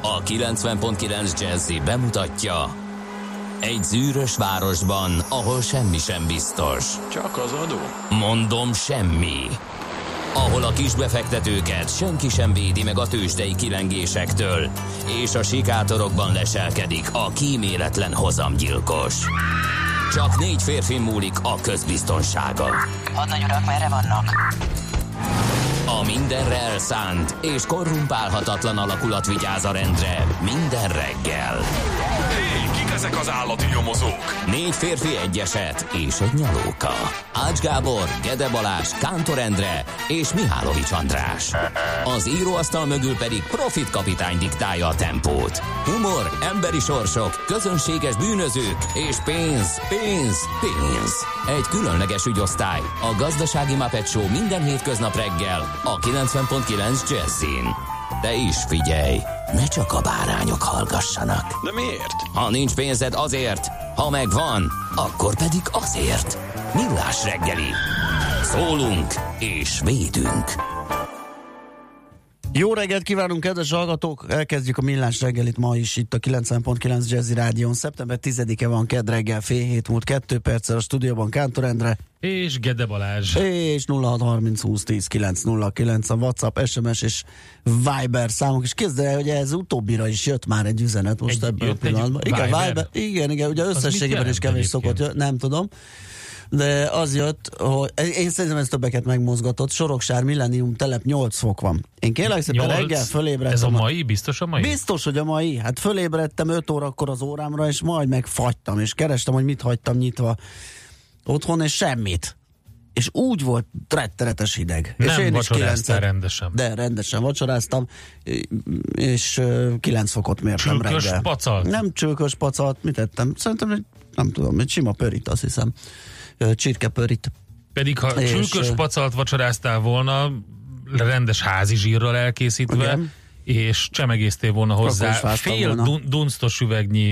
A 90.9 Jazzy bemutatja: egy zűrös városban, ahol semmi sem biztos. Csak az adó? Mondom, semmi. Ahol a kisbefektetőket senki sem védi meg a tőzsdei kilengésektől, és a sikátorokban leselkedik a kíméletlen hozamgyilkos. Csak 4 férfi múlik a közbiztonsága. Hadnagy urak, merre vannak? A mindenre elszánt és korrumpálhatatlan alakulat vigyáz a rendre minden reggel. Hé, kik ezek az állati nyomozók? 4 férfi, egy eset és egy nyalóka. Ács Gábor, Gede Balázs, Kántor Endre és Mihálovics András. Az íróasztal mögül pedig Profit kapitány diktálja a tempót. Humor, emberi sorsok, közönséges bűnözők és pénz, pénz, pénz. Egy különleges ügyosztály, a Gazdasági Muppet Show minden hétköznap reggel a 90.9 Jazzin. De is figyelj, ne csak a bárányok hallgassanak. De miért? Ha nincs pénzed, azért, ha megvan, akkor pedig azért. Millás reggeli. Szólunk és védünk. Jó reggelt kívánunk, kedves hallgatók! Elkezdjük a Millás reggelit ma is itt a 90.9 Jazzy Rádión. Szeptember 10-e van, kedd reggel, fél hét múlt 2 perccel, a stúdióban Kántor Endre és Gede Balázs. És 0630 20 10 909 a WhatsApp, SMS és Viber számok. És képzeld el, hogy ez utóbbira is jött már egy üzenet most ebben a pillanatban. Igen, Viber, ugye összességében is kevés szokott, nem tudom. De az jött, hogy én szerintem ez többeket megmozgatott. Soroksár Millennium telep 8 fok van. Én kérlek szépen reggel fölébredtem. Ez a mai? Biztos a mai? Biztos, hogy a mai. Hát fölébredtem 5 órakor az órámra, és majd megfagytam, és kerestem, hogy mit hagytam nyitva otthon, és semmit. És úgy volt rettenetes hideg. Nem és én vacsoráztál rendesen. De rendesen vacsoráztam, és 9 fokot mértem reggel. Csülkös pacalt? Nem csülkös pacalt, mit ettem? Szerintem, nem tudom, egy sima pörit, azt hiszem. Csirkepörit. Pedig ha csülkös pacalt vacsoráztál volna, rendes házi zsírral elkészítve, igen, és csemegésztél volna hozzá fél dunctos üvegnyi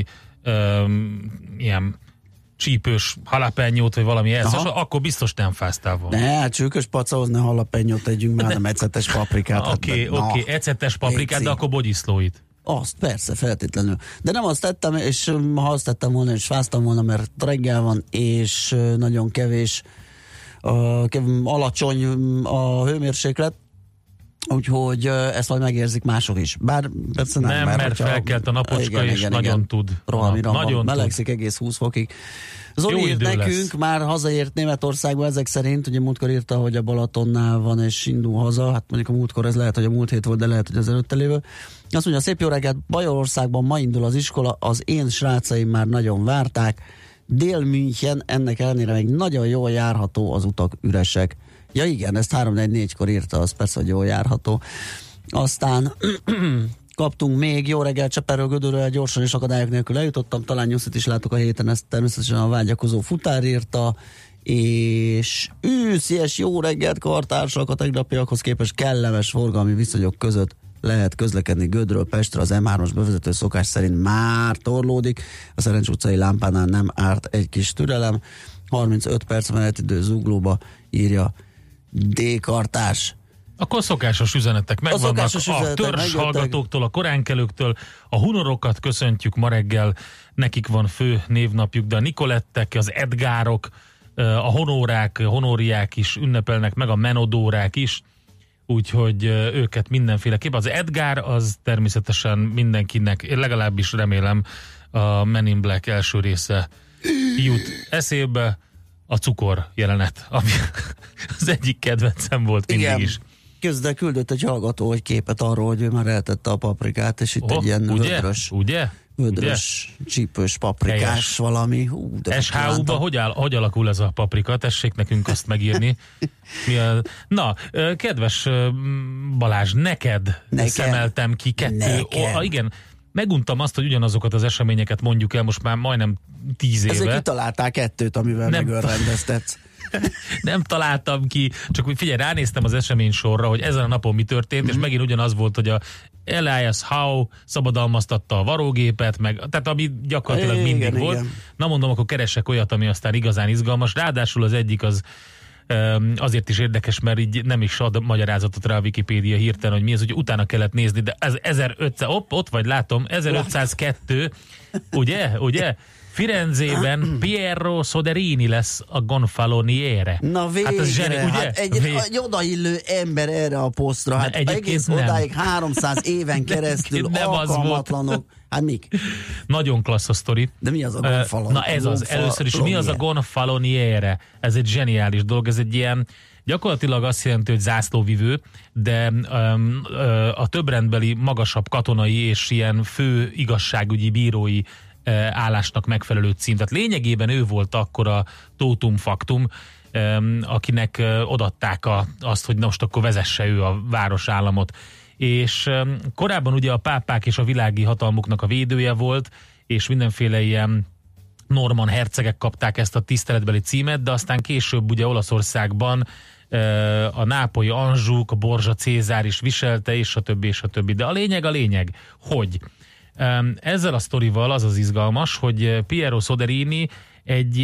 ilyen csípős halapenyót, vagy valami ezt, akkor biztos nem fáztál volna. Ne, csülkös pacahoz ne halapenyót tegyünk már, nem ecetes paprikát. Oké, ecetes paprikát, de akkor bogyiszlóit. Azt, persze, feltétlenül. De nem azt tettem, és ha azt tettem volna, és fáztam volna, mert reggel van, és nagyon kevés, alacsony a hőmérséklet, úgyhogy ezt majd megérzik mások is. Bár persze nem, mert felkelt a napocska, és nagyon tud. Nagyon melegszik egész 20 fokig. Zoli írt nekünk, lesz. Már hazaért Németországba ezek szerint, ugye múltkor írta, hogy a Balatonnál van és indul haza, hát mondjuk a múltkor ez lehet, hogy a múlt hét volt, de lehet, hogy az előtte lévő. Azt mondja, szép jó reggelt, Bajorországban ma indul az iskola, az én srácaim már nagyon várták, Dél-München ennek ellenére még nagyon jól járható, az utak üresek. Ja igen, ezt 3-4-kor írta, az persze, hogy jól járható. Aztán kaptunk még jó reggel Cseperről Gödörről, gyorsan és akadályok nélkül eljutottam, talán nyuszit is látok a héten, ezt természetesen a vágyakozó futár írta, és őszies jó reggelt kartársak, a tegnapiakhoz képest kellemes forgalmi viszonyok között lehet közlekedni Gödről Pestre, az M3-os bevezető szokás szerint már torlódik, a Szerencs utcai lámpánál nem árt egy kis türelem, 35 perc menetidő Zuglóba, írja D-kartás. Akkor szokásos üzenetek megvannak a törzs hallgatóktól, a koránkelőktől, a hunorokat köszöntjük ma reggel, nekik van fő névnapjuk, de a Nikolettek, az Edgárok, a honórák, honóriák is ünnepelnek, meg a menodórák is, úgyhogy őket mindenféleképpen. Az Edgár az természetesen mindenkinek, én legalábbis remélem, a Men in Black első része jut eszébe, a cukor jelenet, ami az egyik kedvencem volt mindig. Igen. Is. Közben küldött egy hallgató egy képet arról, hogy ő már eltette a paprikát, és itt egy ilyen vödrös, csípős paprikás helyes. Valami. SHU-ba hogy alakul ez a paprika? Tessék nekünk azt megírni. Na, kedves Balázs, neked szemeltem ki 2. Igen, meguntam azt, hogy ugyanazokat az eseményeket mondjuk el most már majdnem 10 éve. Ezek kitalálták 2, amivel megörrendeztetsz. Nem találtam ki, csak figyelj, ránéztem az esemény sorra, hogy ezen a napon mi történt, és megint ugyanaz volt, hogy a Elias Howe szabadalmaztatta a varógépet, tehát ami gyakorlatilag mindig volt. Igen. Na mondom, akkor keresek olyat, ami aztán igazán izgalmas. Ráadásul az egyik az azért is érdekes, mert így nem is ad magyarázatot rá a Wikipédia hirtelen, hogy mi ez, hogy utána kellett nézni, de ez 1500, ott vagy látom, 1502, ugye? Firenzében Piero Soderini lesz a Gonfaloniere. Na végre, hát ez zseni, ugye? Hát egy odaillő ember erre a posztra, hát egész odáig 300 éven keresztül alkalmatlanok. Hát mik? Nagyon klassz a sztori. De mi az a Gonfaloniere? Na ez az, először is mi az a Gonfaloniere? Ez egy zseniális dolog, ez egy ilyen, gyakorlatilag azt jelenti, hogy zászlóvivő, de a többrendbeli magasabb katonai és ilyen fő igazságügyi bírói állásnak megfelelő cím. Tehát lényegében ő volt akkor a totum factum, akinek odatták azt, hogy most akkor vezesse ő a városállamot. És korábban ugye a pápák és a világi hatalmuknak a védője volt, és mindenféle ilyen norman hercegek kapták ezt a tiszteletbeli címet, de aztán később ugye Olaszországban a nápolyi Anjou, a Borgia Cézár is viselte, és a többi. De a lényeg, hogy ezzel a sztorival az az izgalmas, hogy Piero Soderini egy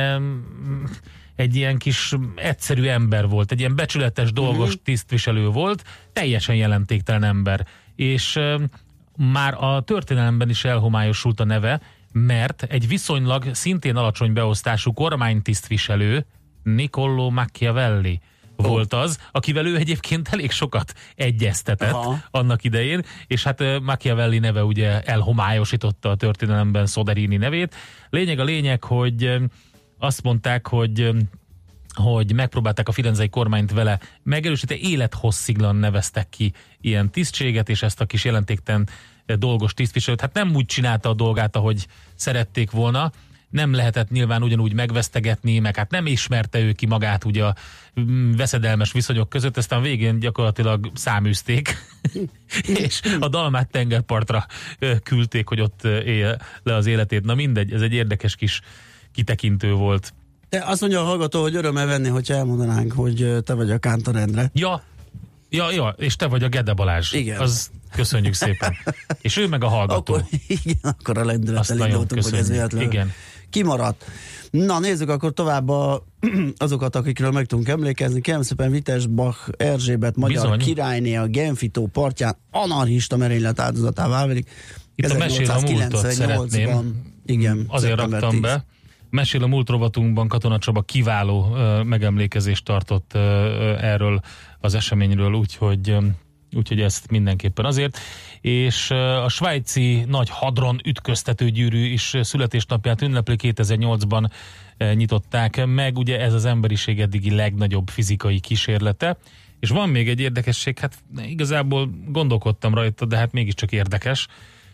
ilyen kis egyszerű ember volt, egy ilyen becsületes, dolgos tisztviselő volt, teljesen jelentéktelen ember. És már a történelemben is elhomályosult a neve, mert egy viszonylag szintén alacsony beosztású kormánytisztviselő, Niccolò Machiavelli volt az, akivel ő egyébként elég sokat egyeztetett annak idején, és hát Machiavelli neve ugye elhomályosította a történelemben Soderini nevét. Lényeg, hogy azt mondták, hogy megpróbálták a firenzei kormányt vele megerősíteni, élethossziglan neveztek ki ilyen tisztséget, és ezt a kis jelentéktelen dolgos tisztviselőt, hát nem úgy csinálta a dolgát, ahogy szerették volna, nem lehetett nyilván ugyanúgy megvesztegetni, meg hát nem ismerte ő ki magát ugye a veszedelmes viszonyok között, aztán végén gyakorlatilag száműzték, és a Dalmát tengerpartra küldték, hogy ott élje le az életét. Na mindegy, ez egy érdekes kis kitekintő volt. De azt mondja a hallgató, hogy örömmel venni, hogyha elmondanánk, hogy te vagy a Kántor Endre. Ja, és te vagy a Gede Balázs. Igen. Az köszönjük szépen. És ő meg a hallgató. Akkor a lendülettel indultunk, hogy ez véletlenül kimaradt. Na, nézzük akkor tovább azokat, akikről meg tudunk emlékezni. Kérem szépen, Wittelsbach Erzsébet, magyar királyné a Genfitó partján anarchista merénylet áldozatává válik. Itt a Mesél a múltat szeretném. Igen, azért raktam 10. be. Mesél a múlt rovatunkban Katona Csaba kiváló megemlékezést tartott erről az eseményről, úgyhogy ezt mindenképpen azért. És a svájci nagy hadron ütköztető gyűrű is születésnapját ünnepli, 2008-ban nyitották meg, ugye ez az emberiség eddigi legnagyobb fizikai kísérlete. És van még egy érdekesség, hát igazából gondolkodtam rajta, de hát mégiscsak érdekes.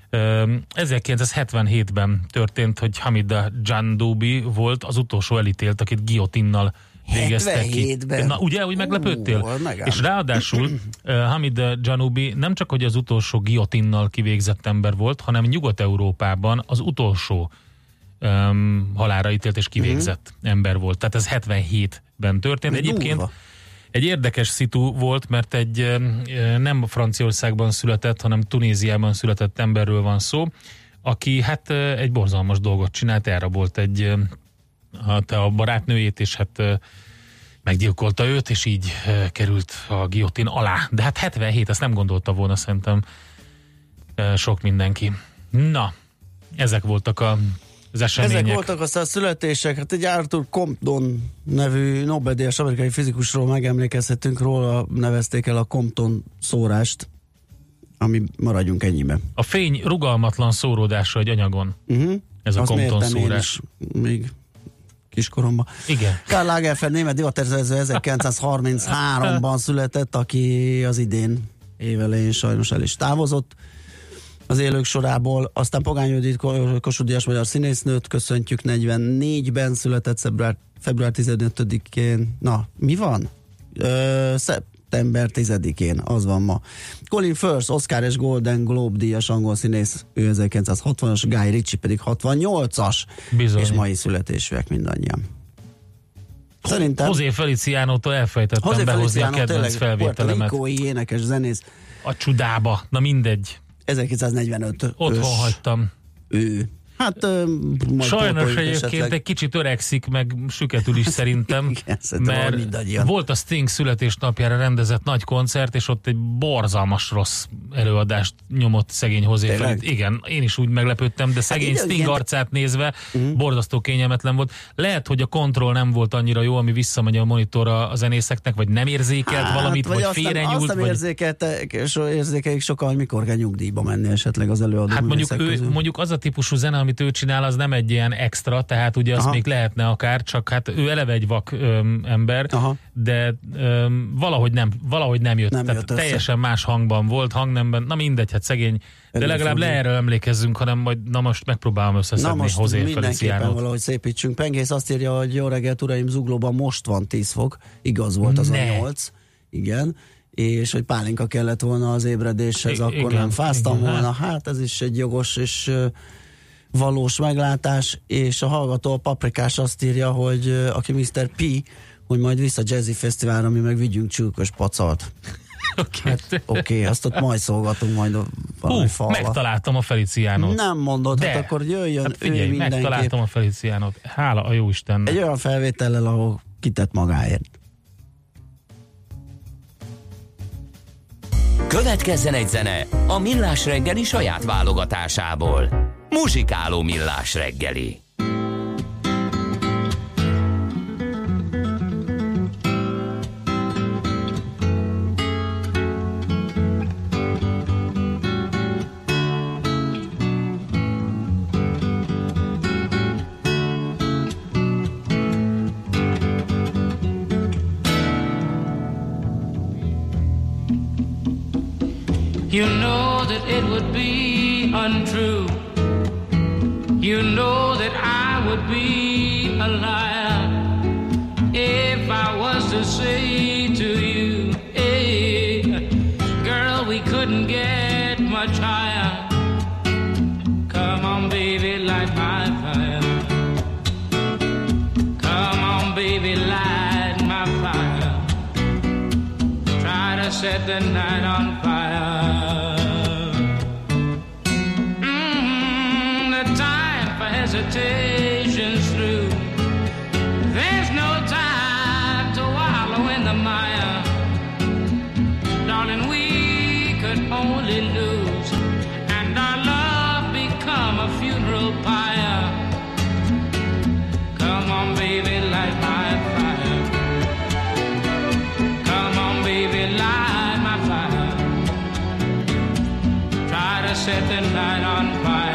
1977-ben történt, hogy Hamida Jandobi volt az utolsó elítélt, akit guillotinnal végeztek ki. Na, ugye, úgy meglepődtél? És ráadásul Hamida Jandobi nem csak, hogy az utolsó guillotinnal kivégzett ember volt, hanem Nyugat-Európában az utolsó halálra ítélt és kivégzett ember volt. Tehát ez 77-ben történt. Egyébként egy érdekes szitu volt, mert egy nem Franciaországban született, hanem Tunéziában született emberről van szó, aki hát egy borzalmas dolgot csinált, elrabolt a barátnőjét, és hát meggyilkolta őt, és így került a guillotine alá. De hát 77, ezt nem gondolta volna szerintem sok mindenki. Na, ezek voltak az események. Ezek voltak aztán a születések. Hát egy Arthur Compton nevű Nobel-díjas amerikai fizikusról megemlékezhetünk, róla nevezték el a Compton szórást, ami maradjunk ennyiben. A fény rugalmatlan szóródása egy anyagon. Ez a Compton szórás. Még kiskoromban. Igen. Karl Lagerfeld német divattervező 1933-ban született, aki az idén évelején sajnos el is távozott az élők sorából. Aztán Pogány Judit, Kossuth Díjas magyar színésznőt köszöntjük, 44-ben született, február 15-én. Na, mi van? Szeptember 10-én, az van ma. Colin Firth, Oscar és Golden Globe díjas angol színész, ő 1960-as, Guy Ritchie pedig 68-as. Bizony. És mai születésűek mindannyian. Szerintem José Feliciánótól elfejtettem behozni a kedvenc felvételemet. Puerto énekes zenész. A csudába, na mindegy. 1945. Otthon hagytam. Ő. Hát sajnos egyébként egy kicsit öregszik, meg süketül is szerintem, igen, mert volt a Sting születésnapjára rendezett nagy koncert, és ott egy borzalmas rossz előadást nyomott szegény José Felix. Igen, én is úgy meglepődtem, de szegény Sting arcát nézve borzasztó kényelmetlen volt. Lehet, hogy a kontroll nem volt annyira jó, ami visszamegy a monitorra a zenészeknek, vagy nem érzékelt valamit, vagy félrenyúlt. Azt nem érzékelik sokan, hogy mikor kell nyugdíjba menni esetleg az előadó. Hát mondjuk az a típusú zene, amit ő csinál, az nem egy ilyen extra, tehát ugye az még lehetne akár, csak hát ő eleve egy vak ember, de valahogy nem jött. Nem tehát jött teljesen más hangban volt, hangnemben, na mindegy, hát szegény, de legalább erről emlékezzünk, hanem majd most megpróbálom összeszedni José Feliciánót. Mindenképpen valahogy szépítsünk. Pengész azt írja, hogy jó reggelt, uraim, Zuglóban most van 10 fok, igaz volt az a 8, igen, és hogy pálinka kellett volna az ébredéshez, akkor igen, nem fáztam volna. Hát ez is egy jogos és valós meglátás, és a hallgató, a Paprikás azt írja, hogy aki Mr. P, hogy majd vissza Jazzy Fesztiválra, mi meg vigyünk csülkös pacalt. Oké, azt ott majd szolgatunk majd valami falva. Megtaláltam a Feliciánót. Nem mondod, de, hát akkor jöjjön hát figyelj, megtaláltam a Feliciánót. Hála a jó Istennek. Egy olyan felvétellel, ahol kitett magáért. Következzen egy zene a Millás reggeli saját válogatásából. Muzsikáló Millás reggeli. You know that it would be untrue. You know that I would be a liar if I was to say to you, hey, girl, we couldn't get much higher. Come on, baby, light my fire. Come on, baby, light my fire. Try to set the night on fire. Hesitation's through. There's no time to wallow in the mire. Darling, we could only lose, and our love become a funeral pyre. Come on, baby, light my fire. Come on, baby, light my fire. Try to set the night on fire.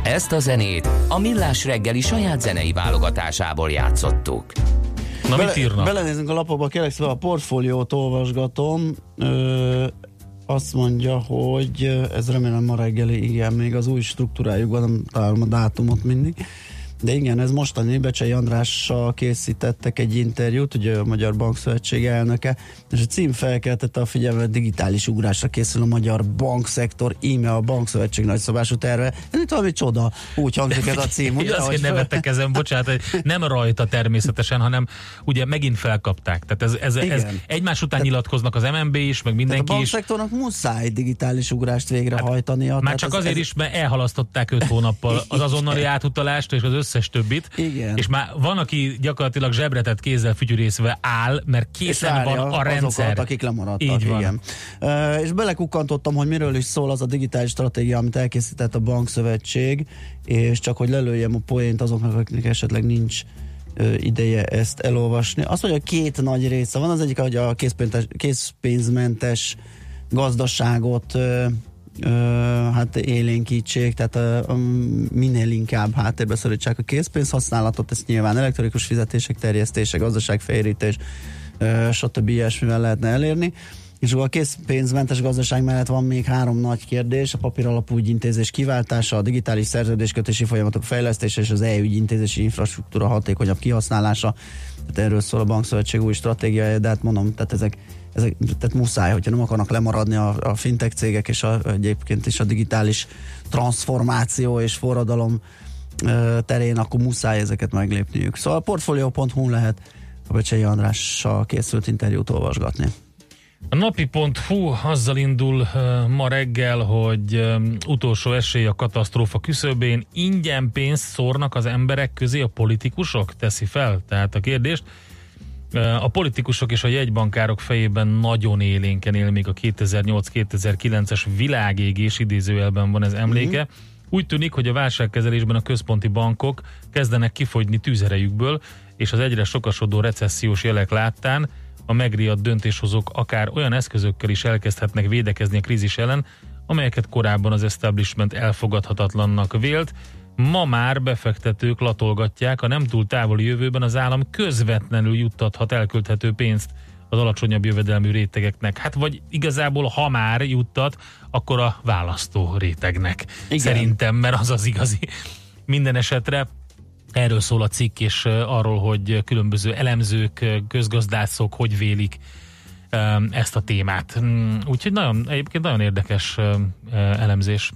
Ezt a zenét a Millás reggeli saját zenei válogatásából játszottuk. Na, mit írnak? Belenézünk a lapokba, kérlek szépen, a portfóliót olvasgatom. Azt mondja, hogy ez remélem ma reggeli, igen, még az új struktúrájukban, nem találom a dátumot mindig. De igen, ez mostani Becsei Andrással készítettek egy interjút, ugye a Magyar Bankszövetség elnöke, és a cím felkeltette a figyelmet, digitális ugrásra készül a magyar bankszektor, íme a Bankszövetség nagyszabású terve. Ez itt valami csoda, úgy hangzik ez a cím. Ugye, azért nevettek ezen, bocsánat, nem rajta természetesen, hanem ugye megint felkapták. Tehát ez egymás után nyilatkoznak az MNB is, meg mindenki is. A bankszektornak muszáj digitális ugrást végrehajtania. Már csak azért is, mert elhalasztották 5 hónappal az azonnali átutalást és az összes többit. Igen. És már van, aki gyakorlatilag zsebretett kézzel fütyürészve áll, mert készen van a rendszer. Azokat, akik lemaradtak. Igen. És belekukkantottam, hogy miről is szól az a digitális stratégia, amit elkészített a Bankszövetség, és csak hogy lelőjem a poént azoknak, akiknek esetleg nincs ideje ezt elolvasni. Azt mondja, hogy 2 nagy része van. Az egyik, hogy a készpénzmentes gazdaságot hát élénkítsék, tehát minél inkább háttérbe szorítsák a készpénzhasználatot, ezt nyilván elektronikus fizetések terjesztése, gazdaságfejlítés, stb. Ilyesmivel lehetne elérni. És a készpénzmentes gazdaság mellett van még 3 nagy kérdés: a papíralapú ügyintézés kiváltása, a digitális szerződéskötési folyamatok fejlesztése és az e-ügyintézési infrastruktúra hatékonyabb kihasználása. Tehát erről szól a Bankszövetség új stratégiája, de hát mondom, tehát tehát muszáj, hogyha nem akarnak lemaradni a fintech cégek, és egyébként is a digitális transformáció és forradalom terén, akkor muszáj ezeket meglépniük. Szóval a portfolio.hu lehet a Becsei Andrással készült interjút olvasgatni. A napi.hu azzal indul ma reggel, hogy utolsó esély a katasztrófa küszöbén, ingyen pénzt szórnak az emberek közé a politikusok? Teszi fel tehát a kérdést. A politikusok és a jegybankárok fejében nagyon élénken él még a 2008-2009-es világégés, idézőjelben van ez emléke. Úgy tűnik, hogy a válságkezelésben a központi bankok kezdenek kifogyni tűzerejükből, és az egyre sokasodó recessziós jelek láttán a megriadt döntéshozók akár olyan eszközökkel is elkezdhetnek védekezni a krízis ellen, amelyeket korábban az establishment elfogadhatatlannak vélt. Ma már befektetők latolgatják, a nem túl távoli jövőben az állam közvetlenül juttathat elkölthető pénzt az alacsonyabb jövedelmű rétegeknek. Hát vagy igazából, ha már juttat, akkor a választó rétegnek. Igen. Szerintem, mert az az igazi. Minden esetre erről szól a cikk, és arról, hogy különböző elemzők, közgazdászok hogy vélik ezt a témát. Úgyhogy egyébként nagyon érdekes elemzés.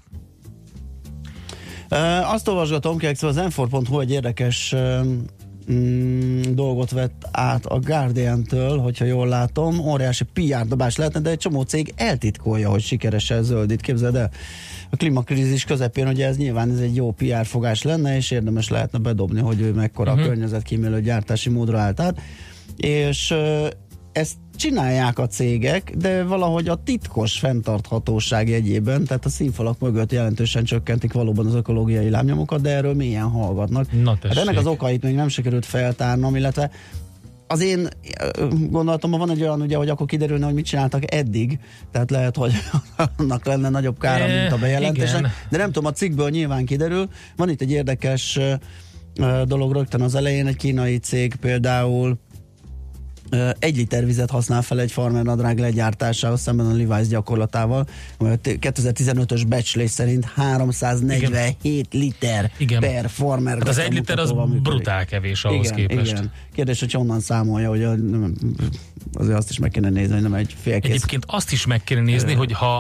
Azt olvasgatom, az m4.hu egy érdekes dolgot vett át a Guardian-től, hogyha jól látom, óriási PR dobás lehetne, de egy csomó cég eltitkolja, hogy sikeresen zöldít. Képzeld el, a klímakrízis közepén ugye ez nyilván egy jó PR fogás lenne, és érdemes lehetne bedobni, hogy ő mekkora környezetkímélő gyártási módra állt át. És ezt csinálják a cégek, de valahogy a titkos fenntarthatóság jegyében, tehát a színfalak mögött jelentősen csökkentik valóban az ökológiai lábnyomokat, de erről mélyen hallgatnak. Hát ennek az okait még nem sikerült feltárnom, illetve az én gondolatomban van egy olyan, ugye, hogy akkor kiderülne, hogy mit csináltak eddig, tehát lehet, hogy annak lenne nagyobb kára, mint a bejelentésnek, de nem tudom, a cikkből nyilván kiderül. Van itt egy érdekes dolog rögtön az elején, egy kínai cég például 1 liter vizet használ fel egy farmernadrág legyártásához szemben a Levi's gyakorlatával. 2015-ös becslés szerint 347 liter per farmer. Hát az 1 liter az brutál kevés ahhoz képest. Igen. Kérdés, hogy honnan számolja, hogy azért azt is meg kéne nézni, hogy nem egy félkész. Egyébként azt is meg kéne nézni, hogy ha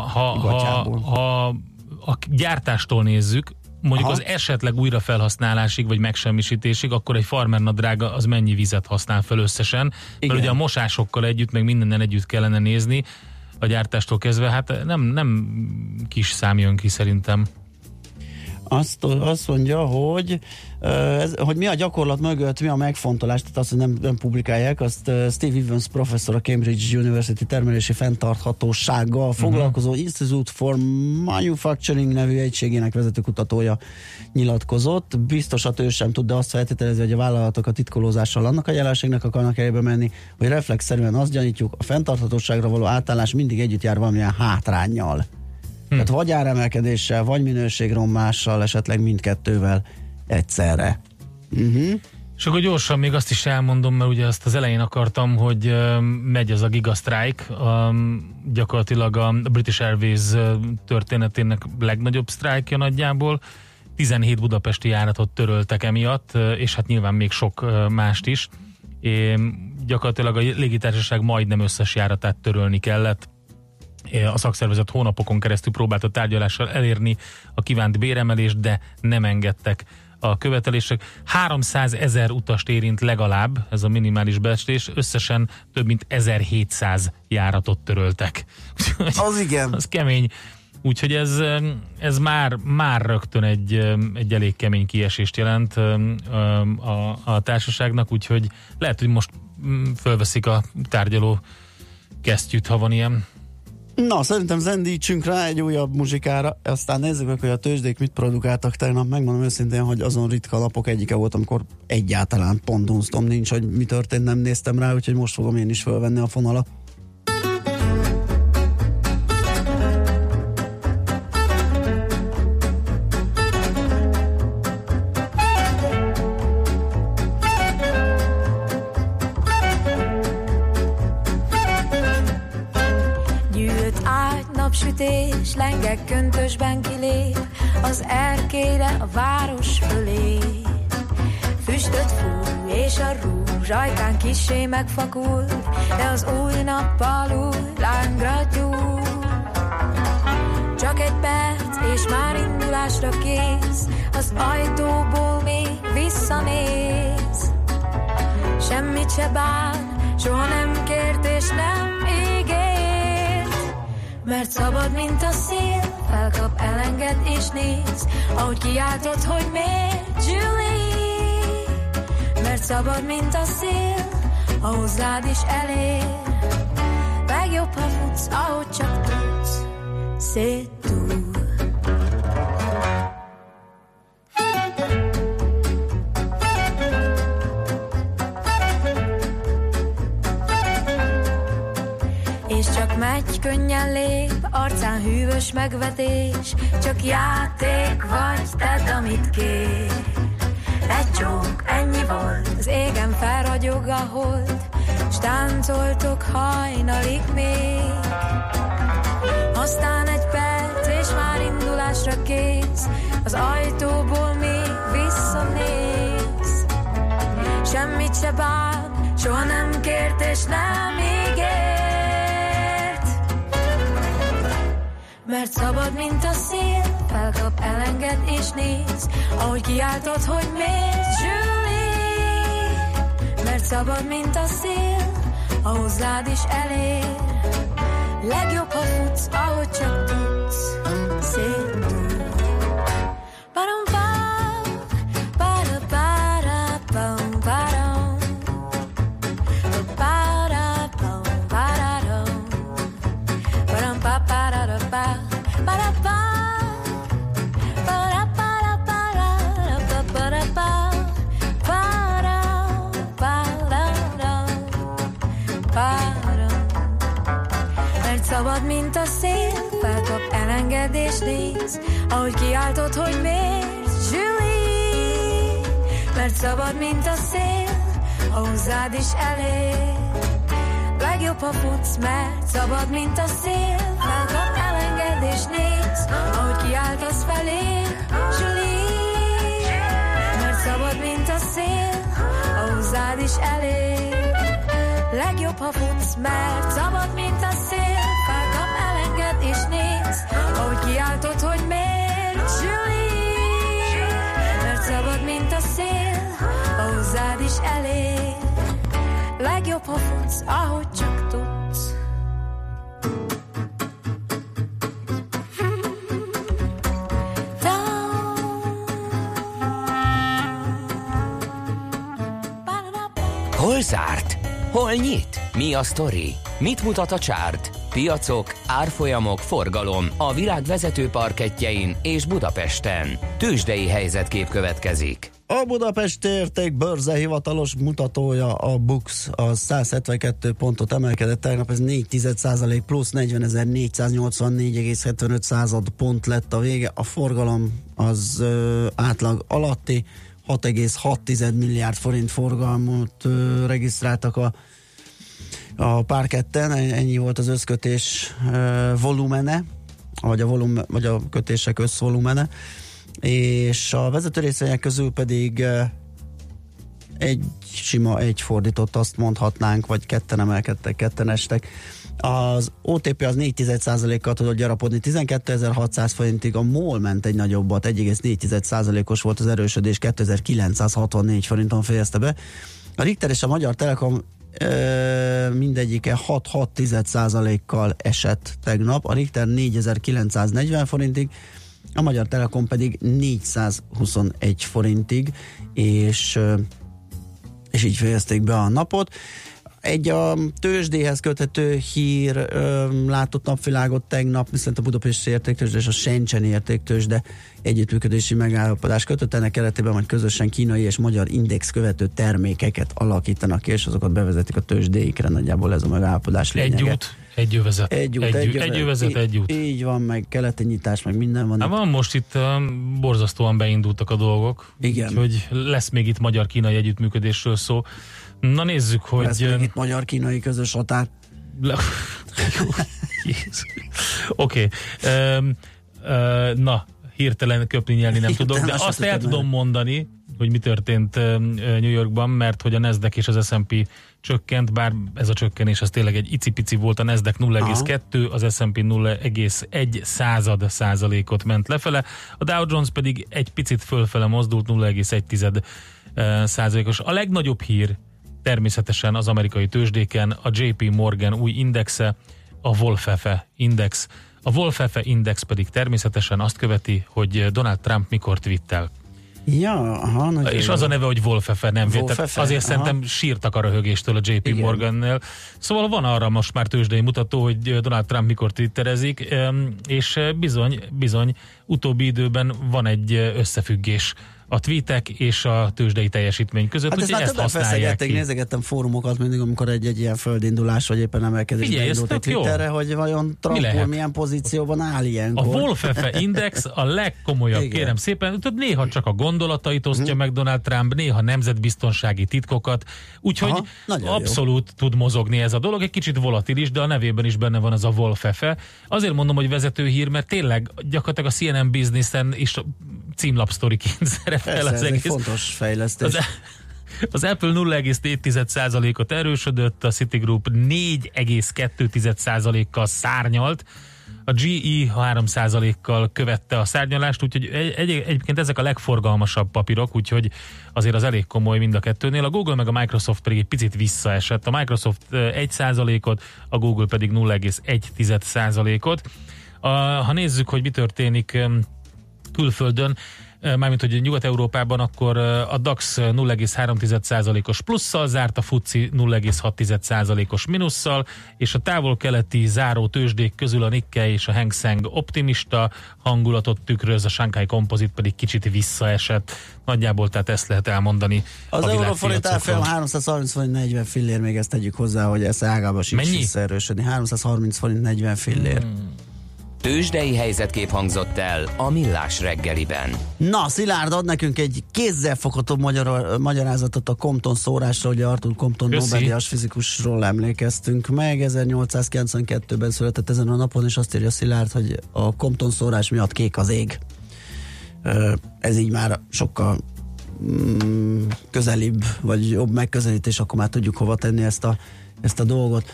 a gyártástól nézzük, mondjuk az esetleg újrafelhasználásig vagy megsemmisítésig, akkor egy farmernadrága az mennyi vizet használ fel összesen, mert ugye a mosásokkal együtt, meg mindennel együtt kellene nézni a gyártástól kezdve, hát nem kis szám jön ki szerintem. Azt mondja, hogy mi a gyakorlat mögött, mi a megfontolás, tehát azt, hogy nem publikálják, azt Steve Evans professzor, a Cambridge University termelési fenntarthatósággal foglalkozó Institute for Manufacturing nevű egységének vezetőkutatója nyilatkozott. Biztosat ő sem tud, de azt feltételezi, hogy a vállalatok a titkolózással annak a jelenségnek akarnak elébe menni, hogy reflexzerűen azt gyanítjuk, a fenntarthatóságra való átállás mindig együtt jár valamilyen hátránnyal. Tehát vagy áremelkedéssel, vagy minőségromlással, esetleg mindkettővel egyszerre. És akkor gyorsan még azt is elmondom, mert ugye azt az elején akartam, hogy megy ez a gigasztrájk, gyakorlatilag a British Airways történetének legnagyobb sztrájkja nagyjából. 17 budapesti járatot töröltek emiatt, és hát nyilván még sok mást is. Gyakorlatilag a légitársaság majdnem összes járatát törölni kellett. A szakszervezet hónapokon keresztül próbált a tárgyalással elérni a kívánt béremelést, de nem engedtek a követelések. 300 000 utast érint legalább, ez a minimális becslés, összesen több mint 1700 járatot töröltek. Az igen. Az kemény. Úgyhogy ez már rögtön egy elég kemény kiesést jelent a társaságnak, úgyhogy lehet, hogy most fölveszik a tárgyaló kesztyűt, ha van ilyen. Na, szerintem zendítsünk rá egy újabb muzsikára, aztán nézzük meg, hogy a tőzsdék mit produkáltak tegnap. Megmondom őszintén, hogy azon ritka lapok egyike volt, amikor egyáltalán pontunztom nincs, hogy mi történt, nem néztem rá, úgyhogy most fogom én is fölvenni a fonalat. Napsütés, lengek köntösben kilép az erkére a város fölé. Füstöt fúj és a rúzs ajkán kissé megfakult, de az új nappal új lángra gyúl. Csak egy perc és már indulásra kész, az ajtóból még visszanéz. Semmit se bán, soha nem kért és nem ígért. Mert szabad, mint a szél, felkap, elenged és néz, ahogy kiáltod, hogy miért, Julie. Mert szabad, mint a szél, ha hozzád is elér. Legjobb, ha futsz, ahogy csak tudsz, szétdúl. És csak megy, könnyen lép, arcán hűvös megvetés, csak játék vagy, tedd, amit kér. Egy csók, ennyi volt, az égen felragyog a hold, s táncoltok hajnalig még. Aztán egy perc, és már indulásra kész, az ajtóból még visszanéz. Semmit se bán, soha nem kért és nem ígért. Mert szabad, mint a szél, felkap, elenged és néz, ahogy kiáltod, hogy miért, Julie. Mert szabad, mint a szél, ha hozzád is elér. Legjobb, ha futsz, ahogy csak tudsz, szétdúl. Szabad, mint a szél, felkap, elenged és néz, ahogy kiáltod, hogy miért, Julie. Mert szabad, mint a szél, ha hozzád is elér. Legjobb, ha futsz, mert szabad, mint a szél, felkap, elenged és néz, ahogy kiáltasz felé, Julie. Mert szabad, mint a szél, ha hozzád is elér. Legjobb, ha futsz, mert szabad, mint a szél, felkap, elenged és néz, ahogy kiáltod, hogy miért, Julie. Mert szabad, mint a szél, ha hozzád is elér. Legjobb, ha futsz, ahogy csak tudsz. Hol zárt? Hol nyit? Mi a sztori? Mit mutat a csárt? piacok, árfolyamok, forgalom a világ vezető parkettjein és Budapesten. Tőzsdei helyzetkép következik. A Budapesti Értékbörze hivatalos mutatója, a BUX, a 172 pontot emelkedett, tegnap ez 4% plusz 40.484,75 pont lett a vége, a forgalom az átlag alatti, 6,6 milliárd forint forgalmat regisztráltak a parketten, ennyi volt az összkötés volumene, vagy a kötések összvolumene, és a vezető részvények közül pedig egy fordított, azt mondhatnánk, vagy ketten emelkedtek, ketten estek. Az OTP az 4,1%-kal tudott gyarapodni 12.600 forintig, a MOL ment egy nagyobbat, 1,4%-os volt az erősödés, 2.964 forinton fejezte be. A Richter és a Magyar Telekom mindegyike 6,6%-kal esett tegnap, a Richter 4.940 forintig, a Magyar Telekom pedig 421 forintig, és így fejezték be a napot. Egy a tőzsdéhez köthető hír látott napvilágot tegnap, viszont a Budapesti Értéktőzsde és a Shenzheni Értéktőzsde együttműködési megállapodás kötött, ennek keretében majd közösen kínai és magyar index követő termékeket alakítanak ki, és azokat bevezetik a tőzsdéikre, nagyjából ez a megállapodás lényege. Egy út, egy övezet. Egy út. Így van, meg keleti nyitás, meg minden van. Hát van most itt borzasztóan beindultak a dolgok. Igen. Úgyhogy lesz még itt magyar-kínai együttműködésről szó. Na nézzük, hogy... Lesz még itt magyar-kínai közös határ. Oké. Na, hirtelen köpni nyelni nem tudok, de azt el tudom mondani, hogy mi történt New Yorkban, mert hogy a Nasdaq és az S&P csökkent, bár ez a csökkenés az tényleg egy icipici volt, a Nasdaq 0,2, az S&P 0,1%-ot ment lefele, a Dow Jones pedig egy picit fölfele mozdult, 0,1%-os. A legnagyobb hír természetesen az amerikai tőzsdéken a JP Morgan új indexe, a Wolfefe Index. A Wolfefe Index pedig természetesen azt követi, hogy Donald Trump mikor twittel. Ja, aha, és az a neve, hogy Wolfefe, nem vélt. Azért szerintem sírtak a röhögéstől a JP Morgannél. Szóval van arra most már tőzsdei mutató, hogy Donald Trump mikor twitterezik, és bizony utóbbi időben van egy összefüggés a tweetek és a tőzsdei teljesítmény között, hát úgyhogy ezt használják ki. Nézegettem fórumokat mindig, amikor egy ilyen földindulás, vagy éppen emelkedésben indult egy Twitterre, hogy vajon Trump úr milyen pozícióban áll ilyenkor. A Wolfefe Index a legkomolyabb, kérem szépen, néha csak a gondolatait osztja meg Donald Trump, néha nemzetbiztonsági titkokat, úgyhogy abszolút tud mozogni ez a dolog, egy kicsit volatilis, de a nevében is benne van az a Wolfefe. Azért mondom, hogy vezető hír, mert tényleg gyakorlatilag a CNN Businessen is címlapsztoriként szerepel az egész. Fontos fejlesztés. Az Apple 0,4%-ot erősödött, a Citigroup 4,2%-kal szárnyalt, a GE 3%-kal követte a szárnyalást, úgyhogy egyébként ezek a legforgalmasabb papírok, úgyhogy azért az elég komoly mind a kettőnél. A Google meg a Microsoft pedig egy picit visszaesett. A Microsoft 1%-ot, a Google pedig 0,1%-ot. Ha nézzük, hogy mi történik külföldön, mármint, hogy Nyugat-Európában, akkor a DAX 0,3%-os plusszal zárt, a FTSE 0,6%-os minusszal, és a távol-keleti záró tőzsdék közül a Nikkei és a Hang Seng optimista hangulatot tükröz, a Shanghai Composite pedig kicsit visszaesett. Nagyjából tehát ezt lehet elmondani. Az euróforint árfolyam 330 forint 40 fillér, még ezt tegyük hozzá, hogy ez ágában sincs visszaerősödni. 330 forint 40 fillér. Tőzsdei helyzetkép hangzott el a Millás reggeliben. Na, Szilárd, ad nekünk egy kézzelfogható magyarázatot a Compton szórásra, ugye Arthur Compton Nobel-díjas fizikusról emlékeztünk meg. 1892-ben született ezen a napon, és azt írja Szilárd, hogy a Compton szórás miatt kék az ég. Ez így már sokkal közelibb, vagy jobb megközelítés, akkor már tudjuk hova tenni ezt a dolgot.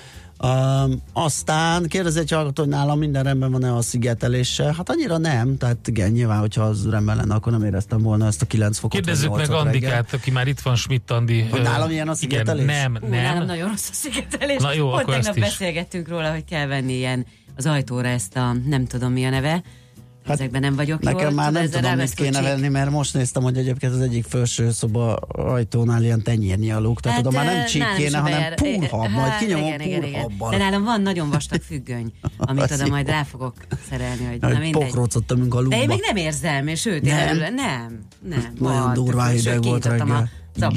Aztán kérdezi egy hallgató, hogy nálam minden rendben van-e a szigeteléssel? Hát annyira nem, tehát igen, nyilván, hogyha az rendben lenne, akkor nem éreztem volna ezt a 9 fokot. Kérdezzük meg Andikát, aki már itt van, Schmidt Andi. Hogy nálam ilyen a szigetelés? Igen, nem. Nálam nagyon rossz a szigetelés. Na jó, pont tegnap beszélgettünk róla, hogy kell venni ilyen az ajtóra ezt a, nem tudom mi a neve, ezekben nem vagyok nekem jól. Már nem tudom, mit kéne venni, mert most néztem, hogy egyébként az egyik felső szoba ajtónál ilyen tenyérnyi a luk, tehát oda már nem csík kéne, hanem púrhab, majd kinyomom púrhabbal. De nálam van nagyon vastag függöny, amit oda majd rá fogok szerelni, hogy na mindegy. Pokrócot tömünk a lukba. De én még nem érzem, és sőt, nem. Nagyon durván hideg volt reggel.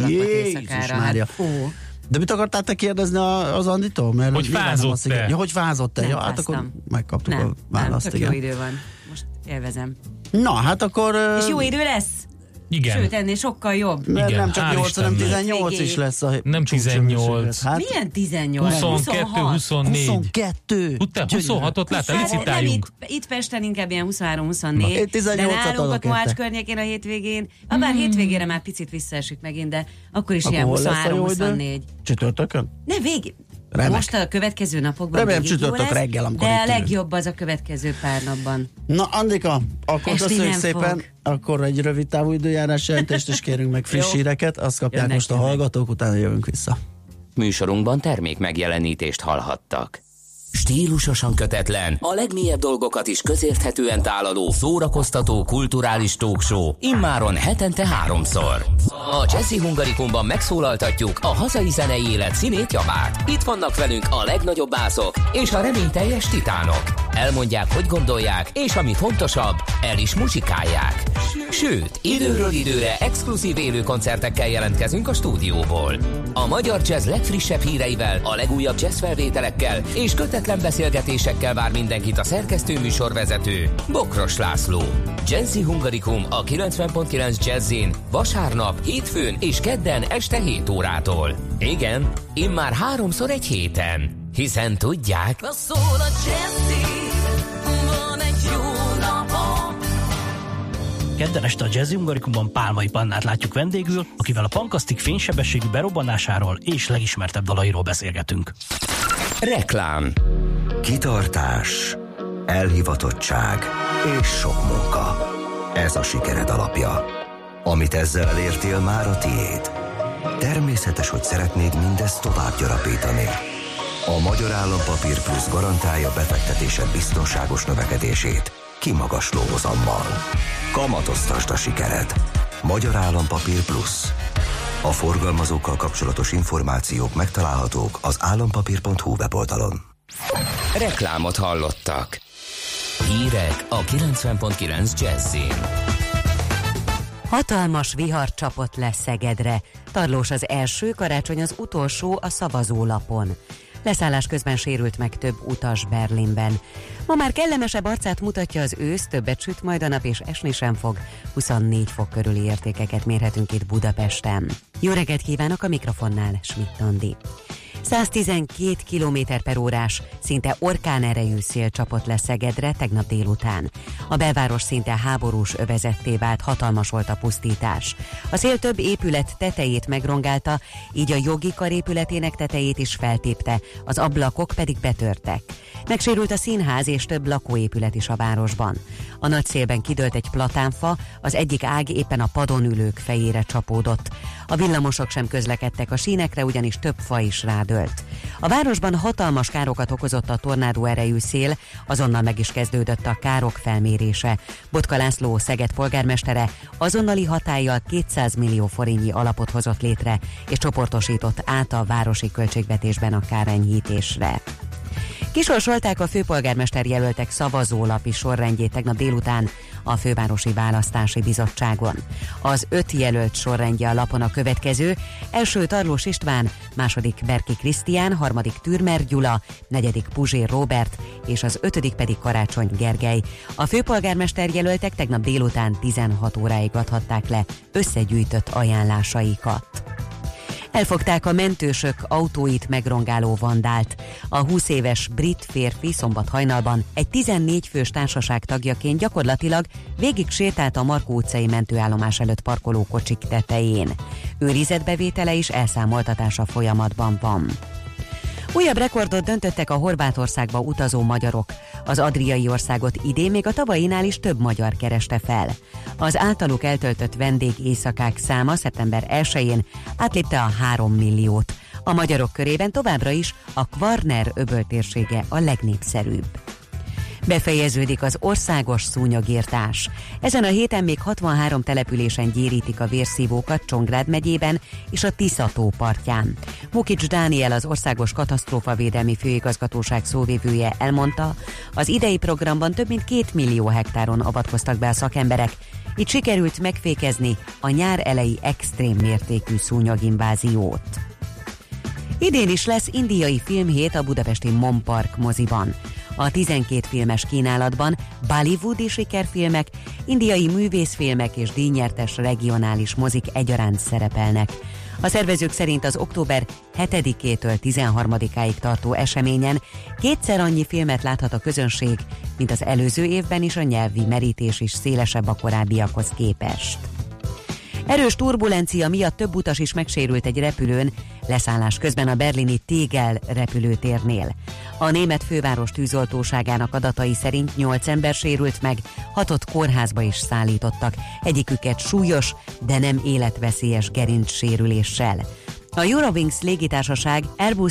Jézus Mária. De mit akartál te kérdezni az Anditól? Mert hogy fázott-e? Ja, hogy fázott-e? Ja, hát akkor megkaptuk a választ. Nem, jó idő van. Most élvezem. Na, hát akkor... És jó idő lesz? Igen. Sőt, ennél sokkal jobb. Mert nem csak 8, hanem 18 is lesz a... Nem 18. Hát, milyen 18? 22, 24. 22. 26-ot láttál, licitáljunk. Itt Pesten inkább ilyen 23-24. De nálunk a Kovács környékén a hétvégén, bár hétvégére már picit visszaesik megint, de akkor is ilyen 23-24. Csütörtökön? Ne, végig. Remek. Most a következő napokban remélem csütörtök reggel, amikor de a legjobb az a következő pár napban. Na, Andika, akkor köszönjük szépen, akkor egy rövid távú időjárás jelentést is kérünk meg friss híreket, azt kapják most a hallgatók, utána jövünk vissza. Műsorunkban termék megjelenítést hallhattak. Stílusosan kötetlen, a legmélyebb dolgokat is közérthetően tálaló, szórakoztató, kulturális talkshow, immáron hetente 3-szor. A Jazzy Hungarikumban megszólaltatjuk a hazai zenei élet színét, javát. Itt vannak velünk a legnagyobb bászok és a reményteljes titánok. Elmondják, hogy gondolják, és ami fontosabb, el is muzsikálják. Sőt, időről időre exkluzív élő koncertekkel jelentkezünk a stúdióból. A magyar jazz legfrissebb híreivel, a legújabb jazz felvételekkel és kötetlen beszélgetésekkel vár mindenkit a szerkesztő műsorvezető, Bokros László. Jazzy Hungarikum a 90.9 Jazzin vasárnap, hétfőn és kedden este 7 órától. Igen, immár 3-szor egy héten. Hiszen tudják... Szól a Jazzy, van egy jó napom. Kedden este a Jazzy Hungarikumban Pálmai Pannát látjuk vendégül, akivel a Punkasztik fénysebességű berobbanásáról és legismertebb dalairól beszélgetünk. Reklám. Kitartás, elhivatottság és sok munka. Ez a sikered alapja. Amit ezzel elértél, már a tiéd. Természetes, hogy szeretnéd mindezt tovább gyarapítani. A Magyar Állampapír Plusz garantálja befektetésed biztonságos növekedését kimagasló hozammal. Kamatoztasd a sikered. Magyar Állampapír Plusz. A forgalmazókkal kapcsolatos információk megtalálhatók az állampapír.hu weboldalon. Reklámot hallottak. Hírek a 90.9 Jazzin. Hatalmas vihar csapott le Szegedre. Tarlós az első, Karácsony az utolsó a szavazólapon. Leszállás közben sérült meg több utas Berlinben. Ma már kellemesebb arcát mutatja az ősz, többet süt majd a nap és esni sem fog. 24 fok körüli értékeket mérhetünk itt Budapesten. Jó reggelt kívánok, a mikrofonnál Schmidt Andi. 112 km/órás, szinte orkánerejű szél csapott le Szegedre tegnap délután. A belváros szinte háborús övezetté vált, hatalmas volt a pusztítás. A szél több épület tetejét megrongálta, így a jogi kar épületének tetejét is feltépte, az ablakok pedig betörtek. Megsérült a színház és több lakóépület is a városban. A nagy szélben kidőlt egy platánfa, az egyik ág éppen a padon ülők fejére csapódott. A villamosok sem közlekedtek a sínekre, ugyanis több fa is rádőlt. A városban hatalmas károkat okozott a tornádó erejű szél, azonnal meg is kezdődött a károk felmérése. Botka László, Szeged polgármestere azonnali hatállyal 200 millió forintnyi alapot hozott létre, és csoportosított át a városi költségvetésben a kárenyhítésre. Kisorsolták a főpolgármester jelöltek szavazólapi sorrendjét tegnap délután a Fővárosi Választási Bizottságon. Az 5 jelölt sorrendje a lapon a következő: első Tarlós István, második Berki Krisztián, harmadik Türmer Gyula, negyedik Puzsér Róbert, és az 5. pedig Karácsony Gergely. A főpolgármester jelöltek tegnap délután 16 óráig adhatták le összegyűjtött ajánlásaikat. Elfogták a mentősök autóit megrongáló vandált. A 20 éves brit férfi szombat hajnalban egy 14 fős társaság tagjaként gyakorlatilag végig sétált a Markó utcai mentőállomás előtt parkoló kocsik tetején. Őrizetbevétele és elszámoltatása folyamatban van. Újabb rekordot döntöttek a Horvátországba utazó magyarok. Az adriai országot idén még a tavainál is több magyar kereste fel. Az általuk eltöltött vendégéjszakák száma szeptember 1-én átlépte a 3 milliót. A magyarok körében továbbra is a Kvarner öböl térsége a legnépszerűbb. Befejeződik az országos szúnyogírtás. Ezen a héten még 63 településen gyérítik a vérszívókat Csongrád megyében és a Tisza-tó partján. Mukics Dániel, az Országos Katasztrófavédelmi Főigazgatóság szóvivője elmondta, az idei programban több mint 2 millió hektáron avatkoztak be a szakemberek, így sikerült megfékezni a nyár elejé extrém mértékű szúnyoginváziót. Idén is lesz indiai filmhét a budapesti Mon Park moziban. A 12 filmes kínálatban bollywoodi sikerfilmek, indiai művészfilmek és díjnyertes regionális mozik egyaránt szerepelnek. A szervezők szerint az október 7-től 13-áig tartó eseményen kétszer annyi filmet láthat a közönség, mint az előző évben, is a nyelvi merítés is szélesebb a korábbiakhoz képest. Erős turbulencia miatt több utas is megsérült egy repülőn, leszállás közben a berlini Tegel repülőtérnél. A német főváros tűzoltóságának adatai szerint 8 ember sérült meg, 6-ot kórházba is szállítottak, egyiküket súlyos, de nem életveszélyes gerincsérüléssel. A Eurowings légitársaság Airbus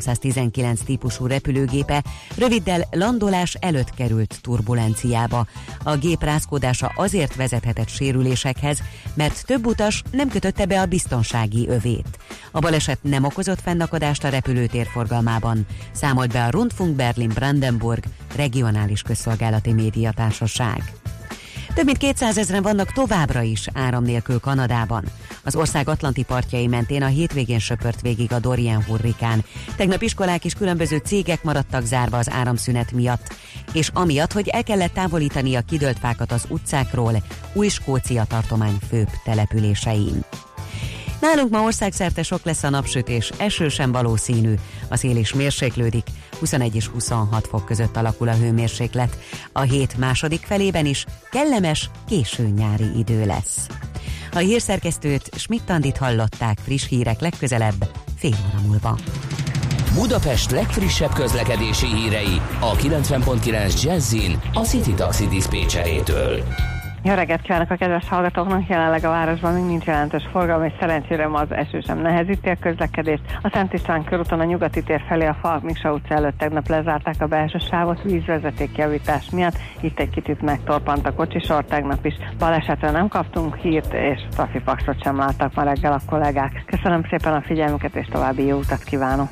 319 típusú repülőgépe röviddel landolás előtt került turbulenciába. A gép rázkódása azért vezethetett sérülésekhez, mert több utas nem kötötte be a biztonsági övét. A baleset nem okozott fennakadást a repülőtér forgalmában, számolt be a Rundfunk Berlin Brandenburg regionális közszolgálati médiatársaság. Több mint 200 000 vannak továbbra is áram nélkül Kanadában. Az ország atlanti partjai mentén a hétvégén söpört végig a Dorian hurrikán. Tegnap iskolák és különböző cégek maradtak zárva az áramszünet miatt, és amiatt, hogy el kellett távolítani a kidőlt fákat az utcákról, Új-Skócia tartomány főbb településein. Nálunk ma országszerte sok lesz a napsütés, eső sem valószínű, a szél is mérséklődik, 21 és 26 fok között alakul a hőmérséklet. A hét második felében is kellemes, késő nyári idő lesz. A hírszerkesztőt, Schmidt-Andit hallották, friss hírek legközelebb, fél óra múlva. Budapest legfrissebb közlekedési hírei a 90.9 Jazzin a City Taxi diszpécserétől. Jó reggelt kívánok a kedves hallgatóknak! Jelenleg a városban még nincs jelentős forgalom, és szerencsére ma az eső sem nehezíti a közlekedést. A Szent István körúton a Nyugati tér felé a Falk Miksa utca előtt tegnap lezárták a belső sávot vízvezetékjavítás miatt. Itt egy kicsit megtorpant a kocsisor, tegnap is balesetre nem kaptunk hírt, és trafipaxot sem láttak ma reggel a kollégák. Köszönöm szépen a figyelmüket, és további jó utat kívánok!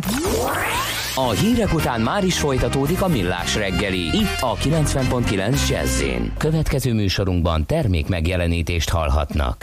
A hírek után már is folytatódik a Millás reggeli, itt a 90.9 Jazz-én. Következő műsorunkban termék megjelenítést hallhatnak.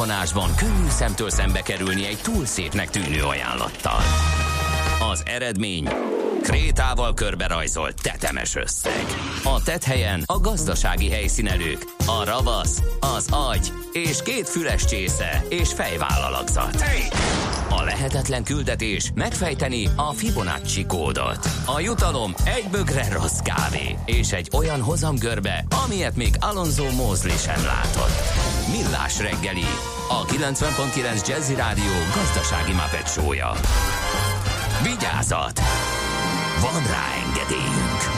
rohanásban könnyű szemtől szembe kerülni egy túl szépnek tűnő ajánlattal. Az eredmény krétával körberajzolt tetemes összeg. A tetthelyen a gazdasági helyszínelők, a ravasz, az agy és 2 füles csésze és fejvállalakzat. A lehetetlen küldetés megfejteni a Fibonacci kódot. A jutalom egy bögre rossz kávé és egy olyan hozamgörbe, amilyet még Alonso Mosley sem látott. Millás reggeli, a 90.9 Jazzy Rádió gazdasági Muppet show-ja. Vigyázat! Van rá engedélyünk!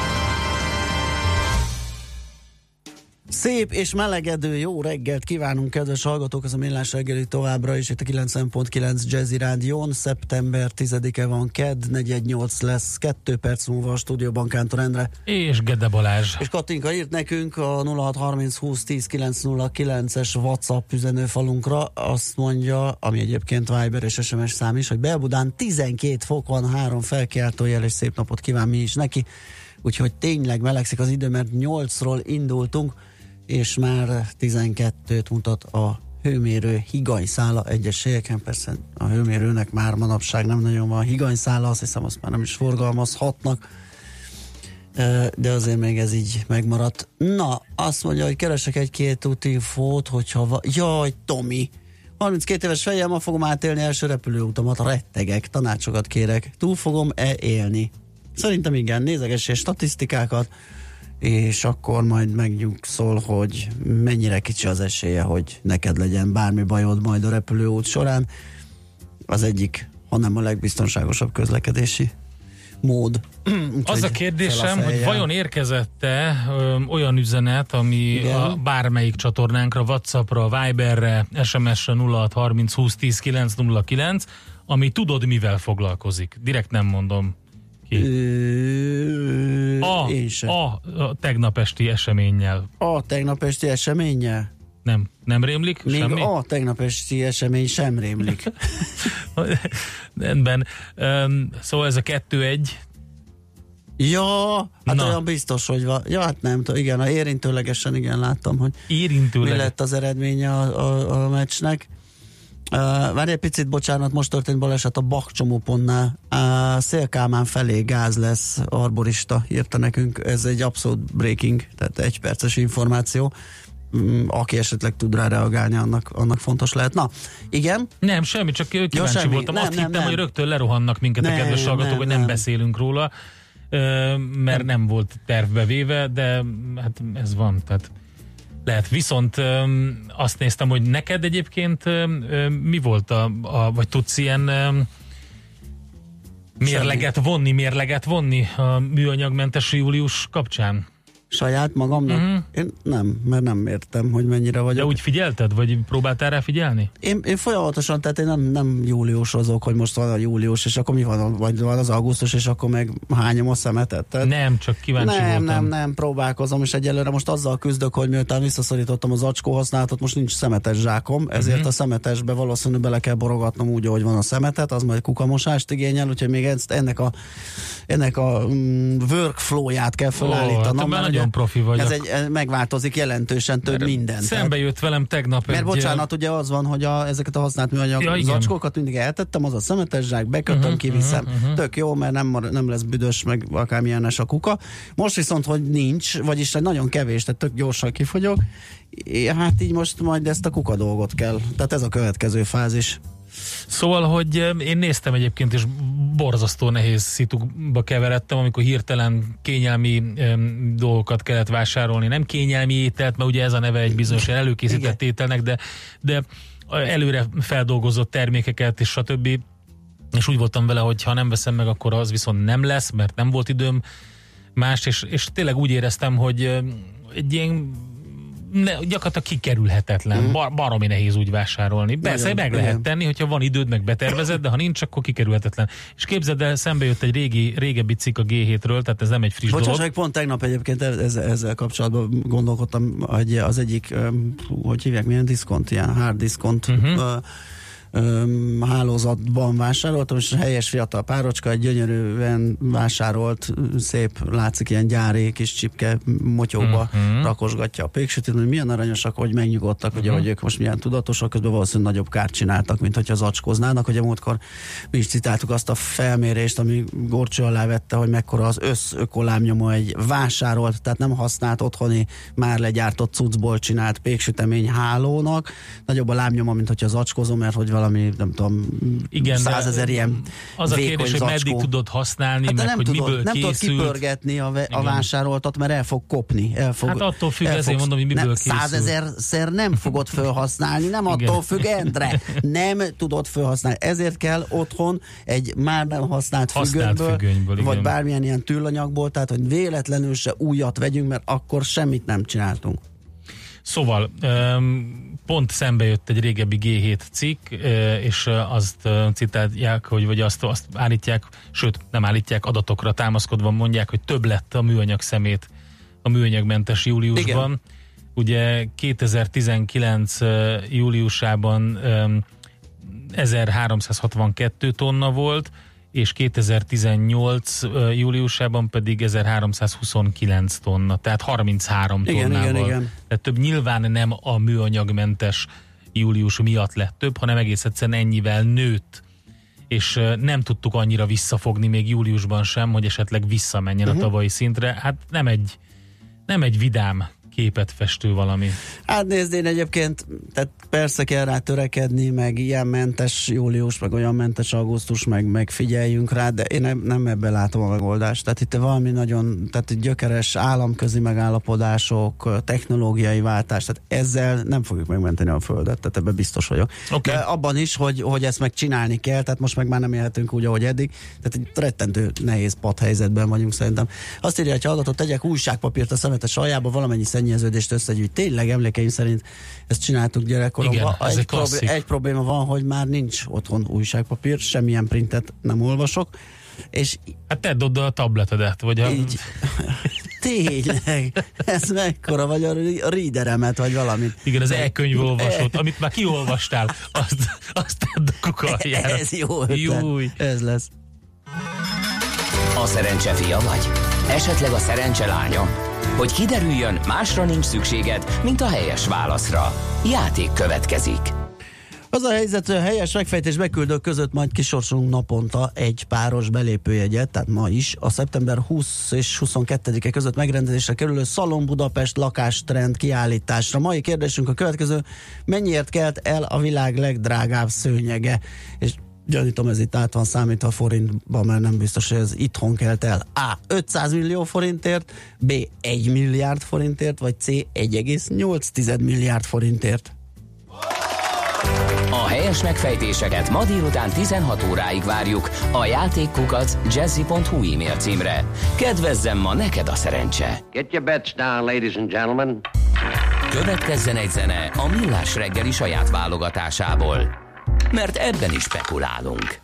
Szép és melegedő jó reggelt kívánunk, kedves hallgatók, ez a Millás reggeli továbbra is itt a 90.9 Jazzy Rádión. Szeptember 10-e van, kedd, 418 lesz, 2 perc múlva a stúdióban Kántor Endre. És Gede Balázs. És Katinka írt nekünk a 0630 20 10 909-es WhatsApp üzenőfalunkra, azt mondja, ami egyébként Viber és SMS szám is, hogy Belbudán 12 fok van, 3 felkiáltójel, és szép napot kíván mi is neki. Úgyhogy tényleg melegszik az idő, mert 8-ról indultunk, és már 12-t mutat a hőmérő higanyszála egyes helyeken. Persze a hőmérőnek már manapság nem nagyon van higanyszála, azt hiszem azt már nem is forgalmazhatnak, de azért még ez így megmaradt. Na, azt mondja, hogy keresek egy-két útinfót, hogyha jaj, Tomi, 32 éves fejem, ma fogom átélni első repülőutamat, rettegek, tanácsokat kérek, túl fogom-e élni? Szerintem igen, nézegessél statisztikákat, és akkor majd megnyugszol, hogy mennyire kicsi az esélye, hogy neked legyen bármi bajod majd a repülőút során. Az egyik, hanem a legbiztonságosabb közlekedési mód. Az a kérdésem, hogy vajon érkezett-e olyan üzenet, ami a bármelyik csatornánkra, WhatsAppra, Viberre, SMS-re 0630 20 10 909, ami tudod mivel foglalkozik. Direkt nem mondom ki. A tegnap esti eseménnyel. A tegnap esti eseménnyel? Nem rémlik? Még semmi? a tegnap esti esemény sem rémlik. Rendben. Szóval ez a 2-1. Ja, hát olyan biztos, hogy van. Ja, hát nem tudom, igen, érintőlegesen igen láttam, hogy mi lett az eredménye a meccsnek. Várj egy picit, bocsánat, most történt baleset a Bach csomópontnál. Szélkámán felé gáz lesz, arborista írta nekünk, ez egy abszolút breaking, tehát 1 perces információ. Aki esetleg tud rá reagálni, annak fontos lehet. Na, igen? Nem, semmi, csak kíváncsi voltam. Azt hittem, hogy rögtön lerohannak minket a kedves hallgatók, hogy nem beszélünk róla, mert nem volt tervbe véve, de hát ez van, tehát lehet. Viszont azt néztem, hogy neked egyébként mi volt vagy tudsz ilyen mérleget vonni a műanyagmentes július kapcsán? Saját magamnak? Én nem, mert nem értem, hogy mennyire vagyok. De úgy figyelted, vagy próbáltál rá figyelni? Én folyamatosan, tehát én nem júliusozok, hogy most van a július, és akkor mi van, vagy van az augusztus, és akkor meg hányom a szemetet. Tehát nem, csak kíváncsi voltam. Nem, próbálkozom, és egyelőre most azzal küzdök, hogy miután visszaszorítottam az acskó használatot, most nincs szemetes zsákom, ezért a szemetesbe valószínűleg bele kell borogatnom úgy, ahogy van a szemetet, az majd kukamosást igényel, úgyhogy még ennek a workflow-ját kell felállítanom. Hát nagyon profi vagy. Ez megváltozik jelentősen több minden. Szembe jött velem tegnap mert bocsánat, ugye az van, hogy ezeket a használt műanyag zacskókat mindig eltettem, az a szemetes zsák, bekötöm, kiviszem. Tök jó, mert nem lesz büdös, meg akármilyenes a kuka. Most viszont, hogy nincs, vagyis nagyon kevés, tehát tök gyorsan kifogyok. Hát így most majd ezt a kuka dolgot kell. Tehát ez a következő fázis. Szóval, hogy én néztem egyébként, és borzasztó nehéz szitukba keveredtem, amikor hirtelen kényelmi dolgokat kellett vásárolni. Nem kényelmi ételt, mert ugye ez a neve egy bizonyos előkészített ételnek, de előre feldolgozott termékeket, és stb. És úgy voltam vele, hogy ha nem veszem meg, akkor az viszont nem lesz, mert nem volt időm más, és tényleg úgy éreztem, hogy egy ilyen gyakorlatilag kikerülhetetlen. Baromi nehéz úgy vásárolni. Persze meg lehet tenni, hogyha van időd, meg betervezed, de ha nincs, akkor kikerülhetetlen. És képzeld el, szembe jött egy régebbi cikk a G7-ről, tehát ez nem egy friss dolog. Bocsánat, pont tegnap egyébként ezzel kapcsolatban gondolkodtam, hogy az egyik, hogy hívják, milyen diszkont, ilyen hard diszkont hálózatban vásároltam, és a helyes fiatal párocska egy gyönyörűen vásárolt, szép, látszik ilyen gyári kis csipke motyóba rakosgatja a péksütét, hogy milyen aranyosak, hogy megnyugodtak, ugye, hogy ők most milyen tudatosak, közben valószínűleg nagyobb kárt csináltak, mint hogyha zacskoznának. Ugye múltkor mi is citáltuk azt a felmérést, ami górcső alá vette, hogy mekkora az összökolámnyoma egy vásárolt, tehát nem használt otthoni, már legyártott cuccból csinált péksütemény hálónak. Nagyobb a lábnyoma, mint hogyha zacskózom, mert hogy valami, nem tudom, 100 000 ilyen az a kérdés, hogy meddig tudod használni, hát meg hogy miből készült. Nem tudod kipörgetni a vásároltat, mert el fog kopni. Hát attól függ, ezért mondom, hogy miből készült. 100 000-szer nem fogod felhasználni, nem attól függ, Endre. Nem tudod felhasználni. Ezért kell otthon egy már nem használt függönyből, vagy bármilyen ilyen tűlanyagból, tehát hogy véletlenül se újat vegyünk, mert akkor semmit nem csináltunk. Szóval pont szembe jött egy régebbi G7 cikk, és azt citálják, vagy azt állítják, sőt nem állítják, adatokra támaszkodva mondják, hogy több lett a műanyag szemét a műanyagmentes júliusban. Igen. Ugye 2019 júliusában 1362 tonna volt, és 2018 júliusában pedig 1329 tonna, tehát 33 tonnával. Igen. Tehát több nyilván nem a műanyagmentes július miatt lett több, hanem egész egyszerűen ennyivel nőtt, és nem tudtuk annyira visszafogni még júliusban sem, hogy esetleg visszamenjen a tavalyi szintre. Hát nem egy vidám képet festő valami. Hát nézd, én egyébként, tehát persze kell rá törekedni, meg ilyen mentes július, meg olyan mentes augusztus, meg figyeljünk rá, de én nem ebben látom a megoldást. Tehát itt valami nagyon, tehát gyökeres államközi megállapodások, technológiai váltás, tehát ezzel nem fogjuk megmenteni a Földet, tehát ebben biztos vagyok. Okay. De abban is, hogy ezt meg csinálni kell, tehát most meg már nem élhetünk úgy, ahogy eddig, tehát egy rettentő nehéz padhelyzetben vagyunk szerintem. Azt írja, hogy hallgatott, tegyek újságpapírt a szemetes aljába, valamennyi szennyeződést összegyűjt. Tényleg emlékeim szerint ezt csináltuk gyerekkoromban. Egy probléma van, hogy már nincs otthon újságpapír, semmilyen printet nem olvasok. És hát tedd oda a tabletedet, vagy a... Így, tényleg, ez mekkora, vagy a readeremet, vagy valamit. Igen, az e-könyvolvasót, amit már kiolvastál, azt tedd a kukaljára. Ez jó ötlet. Ez lesz. A szerencse fia vagy? Esetleg a szerencse lánya? Hogy kiderüljön, másra nincs szükséged, mint a helyes válaszra. Játék következik. Az a helyzet, hogy a helyes megfejtés beküldők között majd kisorsolunk naponta egy páros belépőjegyet, tehát ma is, a szeptember 20 és 22-e között megrendezésre kerülő Szalon Budapest lakástrend kiállításra. Mai kérdésünk a következő: mennyiért kelt el a világ legdrágább szőnyege? És gyanítom, ez itt át van számítva forintban, mert nem biztos, hogy ez itthon kelt el. A. 500 millió forintért, B. 1 milliárd forintért, vagy C. 1,8 milliárd forintért. A helyes megfejtéseket ma délután 16 óráig várjuk a játékkukac@jazzy.hu e-mail címre. Kedvezzem ma neked a szerencse! Get your bets down, ladies and gentlemen. Következzen egy zene a Millás reggeli saját válogatásából, mert ebben is spekulálunk.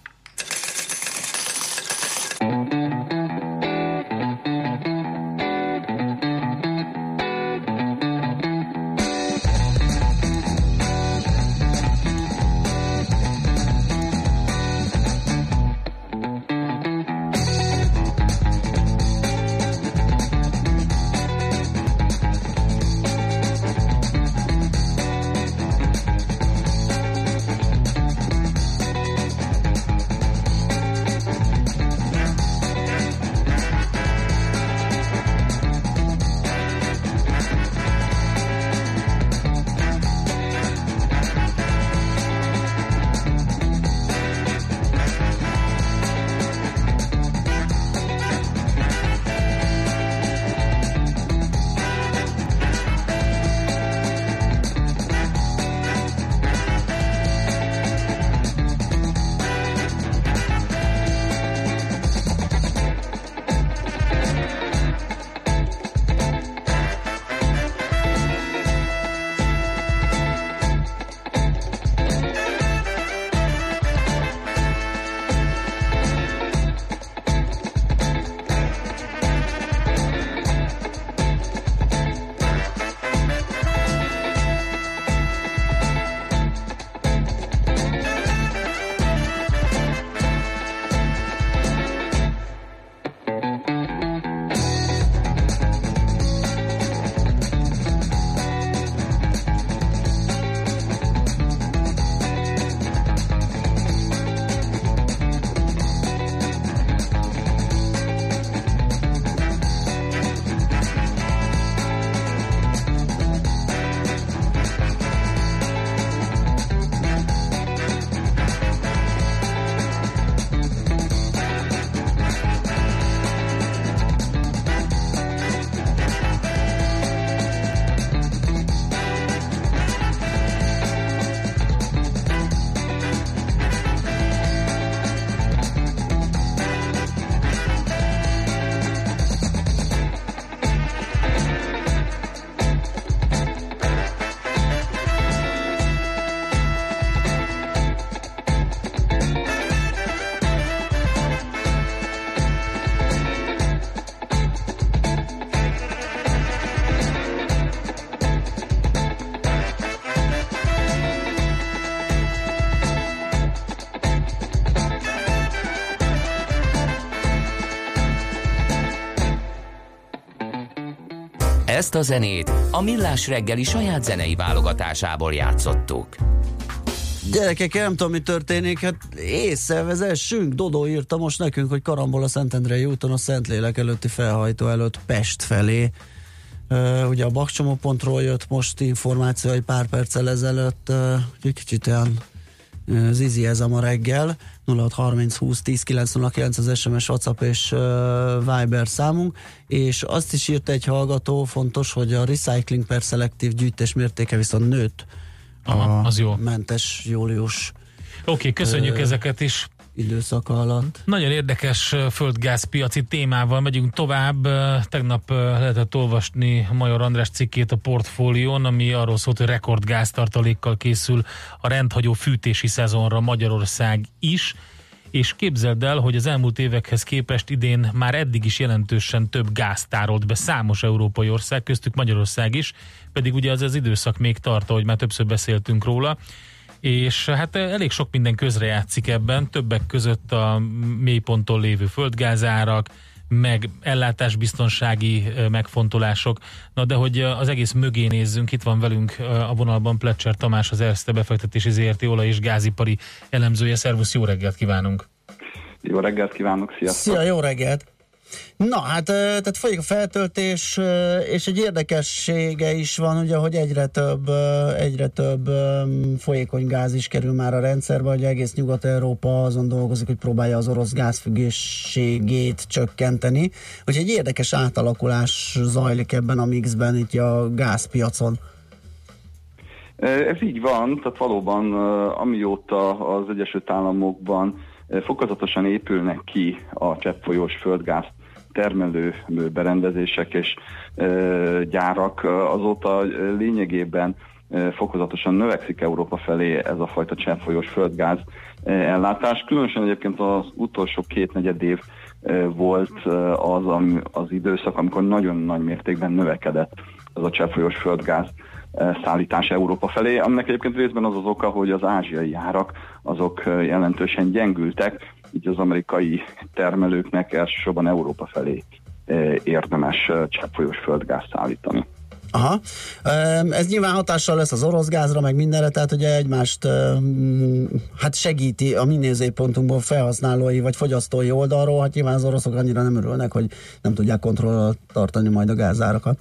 Ezt a zenét a Millás reggeli saját zenei válogatásából játszottuk. Gyerekek, nem tudom, mi történik, hát észrevezessünk. Dodó írta most nekünk, hogy Karambola Szentendrei úton a Szentlélek előtti felhajtó előtt Pest felé. Ugye a bakcsomópontról jött most információ egy pár perccel ezelőtt, kicsit olyan zizi ez a ma reggel. 0630 20 10 909 az SMS, WhatsApp és Viber számunk, és azt is írt egy hallgató, fontos, hogy a recycling per szelektív gyűjtés mértéke viszont nőtt. Az jó. Mentes július. Oké, köszönjük ezeket is. Időszaka alatt. Nagyon érdekes földgázpiaci témával megyünk tovább. Tegnap lehetett olvasni Major András cikkét a Portfólión, ami arról szólt, hogy rekordgáztartalékkal készül a rendhagyó fűtési szezonra Magyarország is, és képzeld el, hogy az elmúlt évekhez képest idén már eddig is jelentősen több gáz tárolt be számos európai ország, köztük Magyarország is, pedig ugye az időszak még tart, ahogy már többször beszéltünk róla, és hát elég sok minden közrejátszik ebben, többek között a mélyponton lévő földgázárak, meg ellátásbiztonsági megfontolások. Na de hogy az egész mögé nézzünk, itt van velünk a vonalban Plecser Tamás, az Erste befektetési ZRT olaj- és gázipari elemzője. Szervusz, jó reggelt kívánunk! Jó reggelt kívánok, sziasztok! Szia, jó reggelt! Na, hát tehát folyik a feltöltés, és egy érdekessége is van, ugye, hogy egyre több folyékony gáz is kerül már a rendszerbe, hogy egész Nyugat-Európa azon dolgozik, hogy próbálja az orosz gázfüggőségét csökkenteni. Úgyhogy egy érdekes átalakulás zajlik ebben a mixben, itt a gázpiacon. Ez így van, tehát valóban amióta az Egyesült Államokban fokozatosan épülnek ki a cseppfolyós földgáz termelő berendezések és gyárak, azóta lényegében fokozatosan növekszik Európa felé ez a fajta cseppfolyós földgáz ellátás. Különösen egyébként az utolsó 2-4 év volt az időszak, amikor nagyon nagy mértékben növekedett ez a cseppfolyós földgáz szállítás Európa felé, aminek egyébként részben az az oka, hogy az ázsiai árak azok jelentősen gyengültek, így az amerikai termelőknek elsősorban Európa felé érdemes cseppfolyós földgáz szállítani. Aha. Ez nyilván hatással lesz az orosz gázra, meg mindenre, tehát ugye egymást hát segíti a mi nézőpontunkból felhasználói vagy fogyasztói oldalról, hát nyilván az oroszok annyira nem örülnek, hogy nem tudják kontroll tartani majd a gázárakat.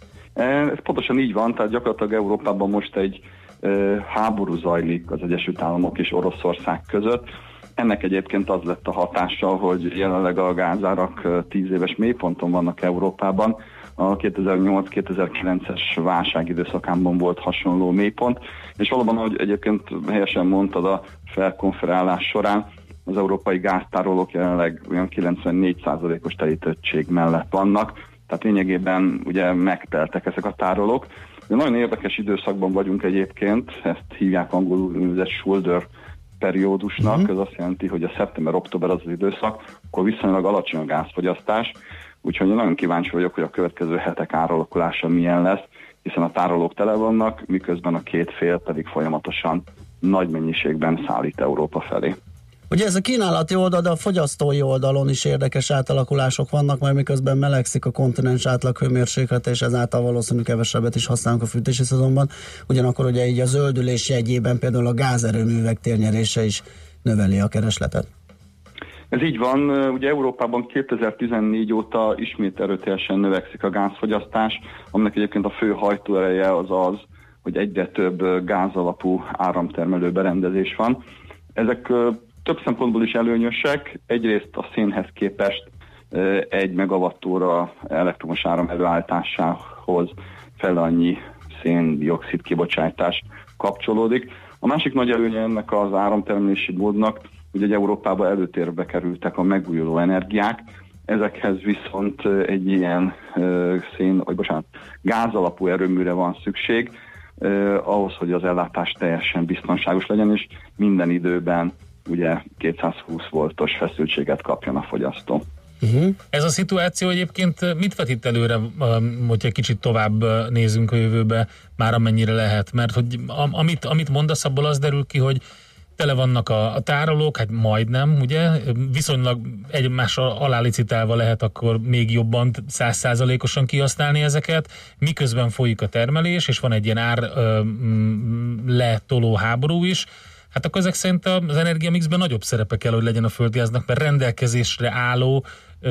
Ez pontosan így van, tehát gyakorlatilag Európában most egy háború zajlik az Egyesült Államok és Oroszország között. Ennek egyébként az lett a hatása, hogy jelenleg a gázárak 10 éves mélyponton vannak Európában. A 2008-2009-es válságidőszakában volt hasonló mélypont, és valóban, ahogy egyébként helyesen mondtad a felkonferálás során, az európai gáztárolók jelenleg olyan 94%-os telítettség mellett vannak, tehát lényegében ugye megteltek ezek a tárolók. De nagyon érdekes időszakban vagyunk egyébként, ezt hívják angolul úgynevezett shoulder periódusnak, ez azt jelenti, hogy a szeptember-október az időszak, akkor viszonylag alacsony a gázfogyasztás, úgyhogy én nagyon kíváncsi vagyok, hogy a következő hetek áralakulása milyen lesz, hiszen a tárolók tele vannak, miközben a két fél pedig folyamatosan nagy mennyiségben szállít Európa felé. Ugye ez a kínálati oldal, de a fogyasztói oldalon is érdekes átalakulások vannak, majd miközben melegszik a kontinens átlag hőmérséklete, és ezáltal valószínűleg kevesebbet is használunk a fűtési szezonban. Ugyanakkor ugye így a zöldülés jegyében például a gázerőművek térnyerése is növeli a keresletet. Ez így van, ugye Európában 2014 óta ismét erőteljesen növekszik a gázfogyasztás, aminek egyébként a fő hajtóereje az, hogy egyre több gázalapú áramtermelő berendezés van. Ezek több szempontból is előnyösek, egyrészt a szénhez képest 1 megawattóra elektromos áram előállításához fel annyi szén-dioxid kibocsátás kapcsolódik. A másik nagy előnye ennek az áramtermelési módnak, hogy Európába előtérbe kerültek a megújuló energiák, ezekhez viszont egy ilyen gázalapú erőműre van szükség, ahhoz, hogy az ellátás teljesen biztonságos legyen, és minden időben ugye 220 voltos feszültséget kapjon a fogyasztó. Ez a szituáció egyébként mit vetít előre, hogyha kicsit tovább nézünk a jövőbe, már amennyire lehet? Mert hogy amit mondasz, abból az derül ki, hogy tele vannak a tárolók, hát majdnem, ugye, viszonylag egymással alálicitálva lehet akkor még jobban 100%-osan kihasználni ezeket, miközben folyik a termelés, és van egy ilyen ár letoló háború is, hát akkor ezek szerint az energiamixben nagyobb szerepe kell, hogy legyen a földgáznak, mert rendelkezésre álló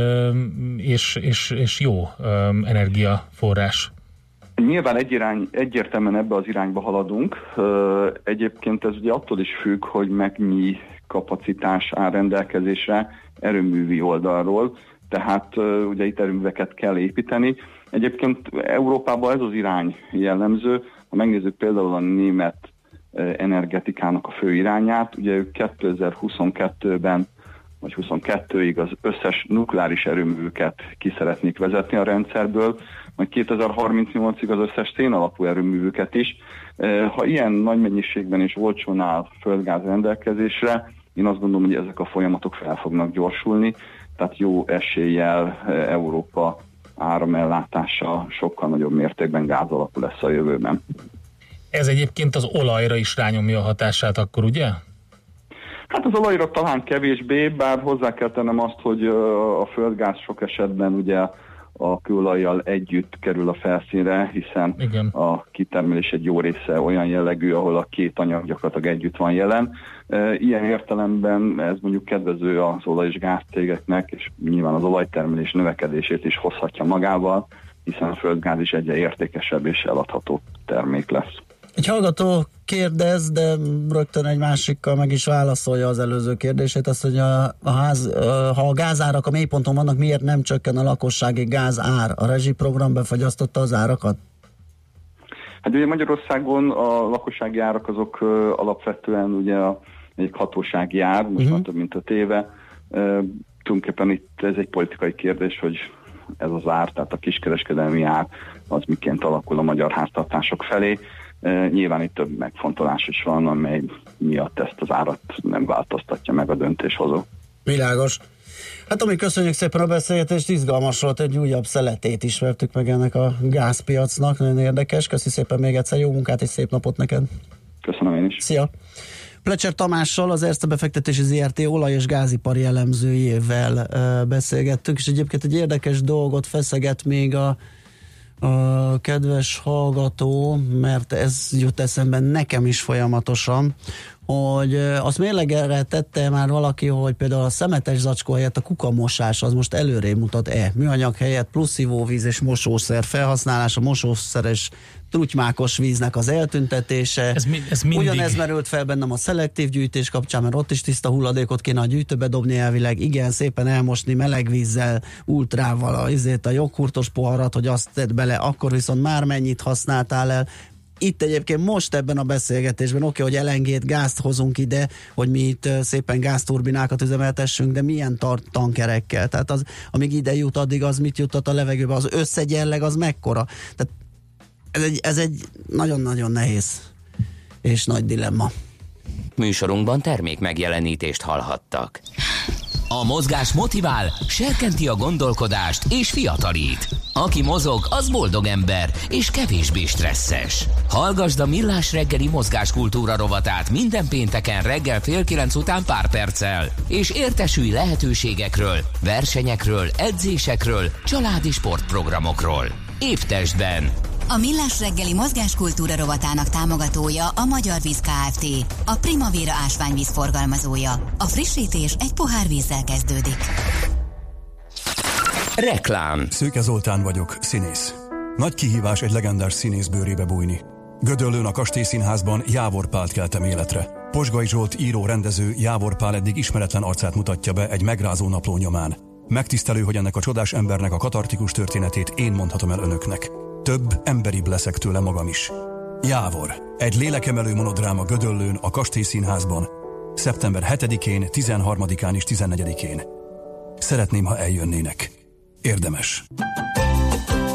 és jó energiaforrás. Nyilván egyértelműen ebbe az irányba haladunk. Egyébként ez ugye attól is függ, hogy mennyi kapacitás áll rendelkezésre erőművi oldalról, tehát ugye itt erőműveket kell építeni. Egyébként Európában ez az irány jellemző. Ha megnézzük például a német energetikának a fő irányát, ugye ők 2022-ben vagy 22-ig az összes nukleáris erőművüket ki szeretnék vezetni a rendszerből, majd 2038-ig az összes szénalapú erőművüket is. Ha ilyen nagy mennyiségben és olcsón áll földgáz rendelkezésre, én azt gondolom, hogy ezek a folyamatok fel fognak gyorsulni, tehát jó eséllyel Európa áramellátása sokkal nagyobb mértékben gáz alapú lesz a jövőben. Ez egyébként az olajra is rányomja a hatását akkor, ugye? Hát az olajra talán kevésbé, bár hozzá kell tennem azt, hogy a földgáz sok esetben ugye a kőolajjal együtt kerül a felszínre, hiszen igen, a kitermelés egy jó része olyan jellegű, ahol a két anyag gyakorlatilag együtt van jelen. Ilyen értelemben ez mondjuk kedvező az olaj- és gázcégeknek, és nyilván az olajtermelés növekedését is hozhatja magával, hiszen a földgáz is egyre értékesebb és eladható termék lesz. Egy hallgató kérdez, de rögtön egy másikkal meg is válaszolja az előző kérdését, azt, hogy ha a gázárak a mélyponton vannak, miért nem csökken a lakossági gázár? A rezsiprogram befagyasztotta az árakat? Hát ugye Magyarországon a lakossági árak azok alapvetően ugye egy hatósági ár, most már több mint 5 éve. Tulajdonképpen itt ez egy politikai kérdés, hogy ez az ár, tehát a kiskereskedelmi ár, az miként alakul a magyar háztartások felé. Nyilván itt több megfontolás is van, amely miatt ezt az árat nem változtatja meg a döntéshozó. Világos. Hát Tomi, köszönjük szépen a beszélgetést, izgalmas volt, egy újabb szeletét ismertük meg ennek a gázpiacnak, nagyon érdekes. Köszi szépen még egyszer, jó munkát és szép napot neked. Köszönöm én is. Szia! Plecser Tamással, az Erste Befektetési ZRT olaj- és gázipari elemzőjével beszélgettünk, és egyébként egy érdekes dolgot feszeget még a kedves hallgató, mert ez jut eszembe nekem is folyamatosan, hogy azt mérlegre tette már valaki, hogy például a szemetes zacskó helyett a kukamosás az most előrébb mutat-e? Műanyag helyett plusz ivóvíz és mosószer felhasználása, mosószeres trutymákos víznek az eltüntetése. Ez mindig. Ugyanez merült fel bennem a szelektív gyűjtés kapcsán, mert ott is tiszta hulladékot kéne a gyűjtőbe dobni elvileg. Igen, szépen elmosni meleg vízzel, ultrával a joghurtos poharat, hogy azt tedd bele, akkor viszont már mennyit használtál el. Itt egyébként most ebben a beszélgetésben oké, hogy LNG-t, gázt hozunk ide, hogy mi itt szépen gázturbinákat üzemeltessünk, de milyen tankerekkel? Tehát az, amíg ide jut, addig az mit juttat a levegőbe? Az összegyenleg az mekkora? Tehát ez egy nagyon-nagyon nehéz és nagy dilemma. Műsorunkban termék megjelenítést hallhattak. A mozgás motivál, serkenti a gondolkodást és fiatalít. Aki mozog, az boldog ember és kevésbé stresszes. Hallgasd a Millás reggeli mozgáskultúra rovatát minden pénteken reggel 8:30 után pár perccel, és értesülj lehetőségekről, versenyekről, edzésekről, családi sportprogramokról. Épp testben. A Millás reggeli mozgáskultúra rovatának támogatója a Magyar Víz Kft. A Primavera ásványvíz forgalmazója. A frissítés egy pohár vízzel kezdődik. Reklám. Szőke Zoltán vagyok, színész. Nagy kihívás egy legendás színész bőrébe bújni. Gödöllőn a Kastély Színházban Jávor Pált keltem életre. Posgai Zsolt író-rendező Jávor Pál eddig ismeretlen arcát mutatja be egy megrázó napló nyomán. Megtisztelő, hogy ennek a csodás embernek a katartikus történetét én mondhatom el önöknek. Több, emberibb leszek tőle magam is. Jávor. Egy lélekemelő monodráma Gödöllőn a Kastély Színházban. Szeptember 7-én, 13-án és 14-én. Szeretném, ha eljönnének. Érdemes.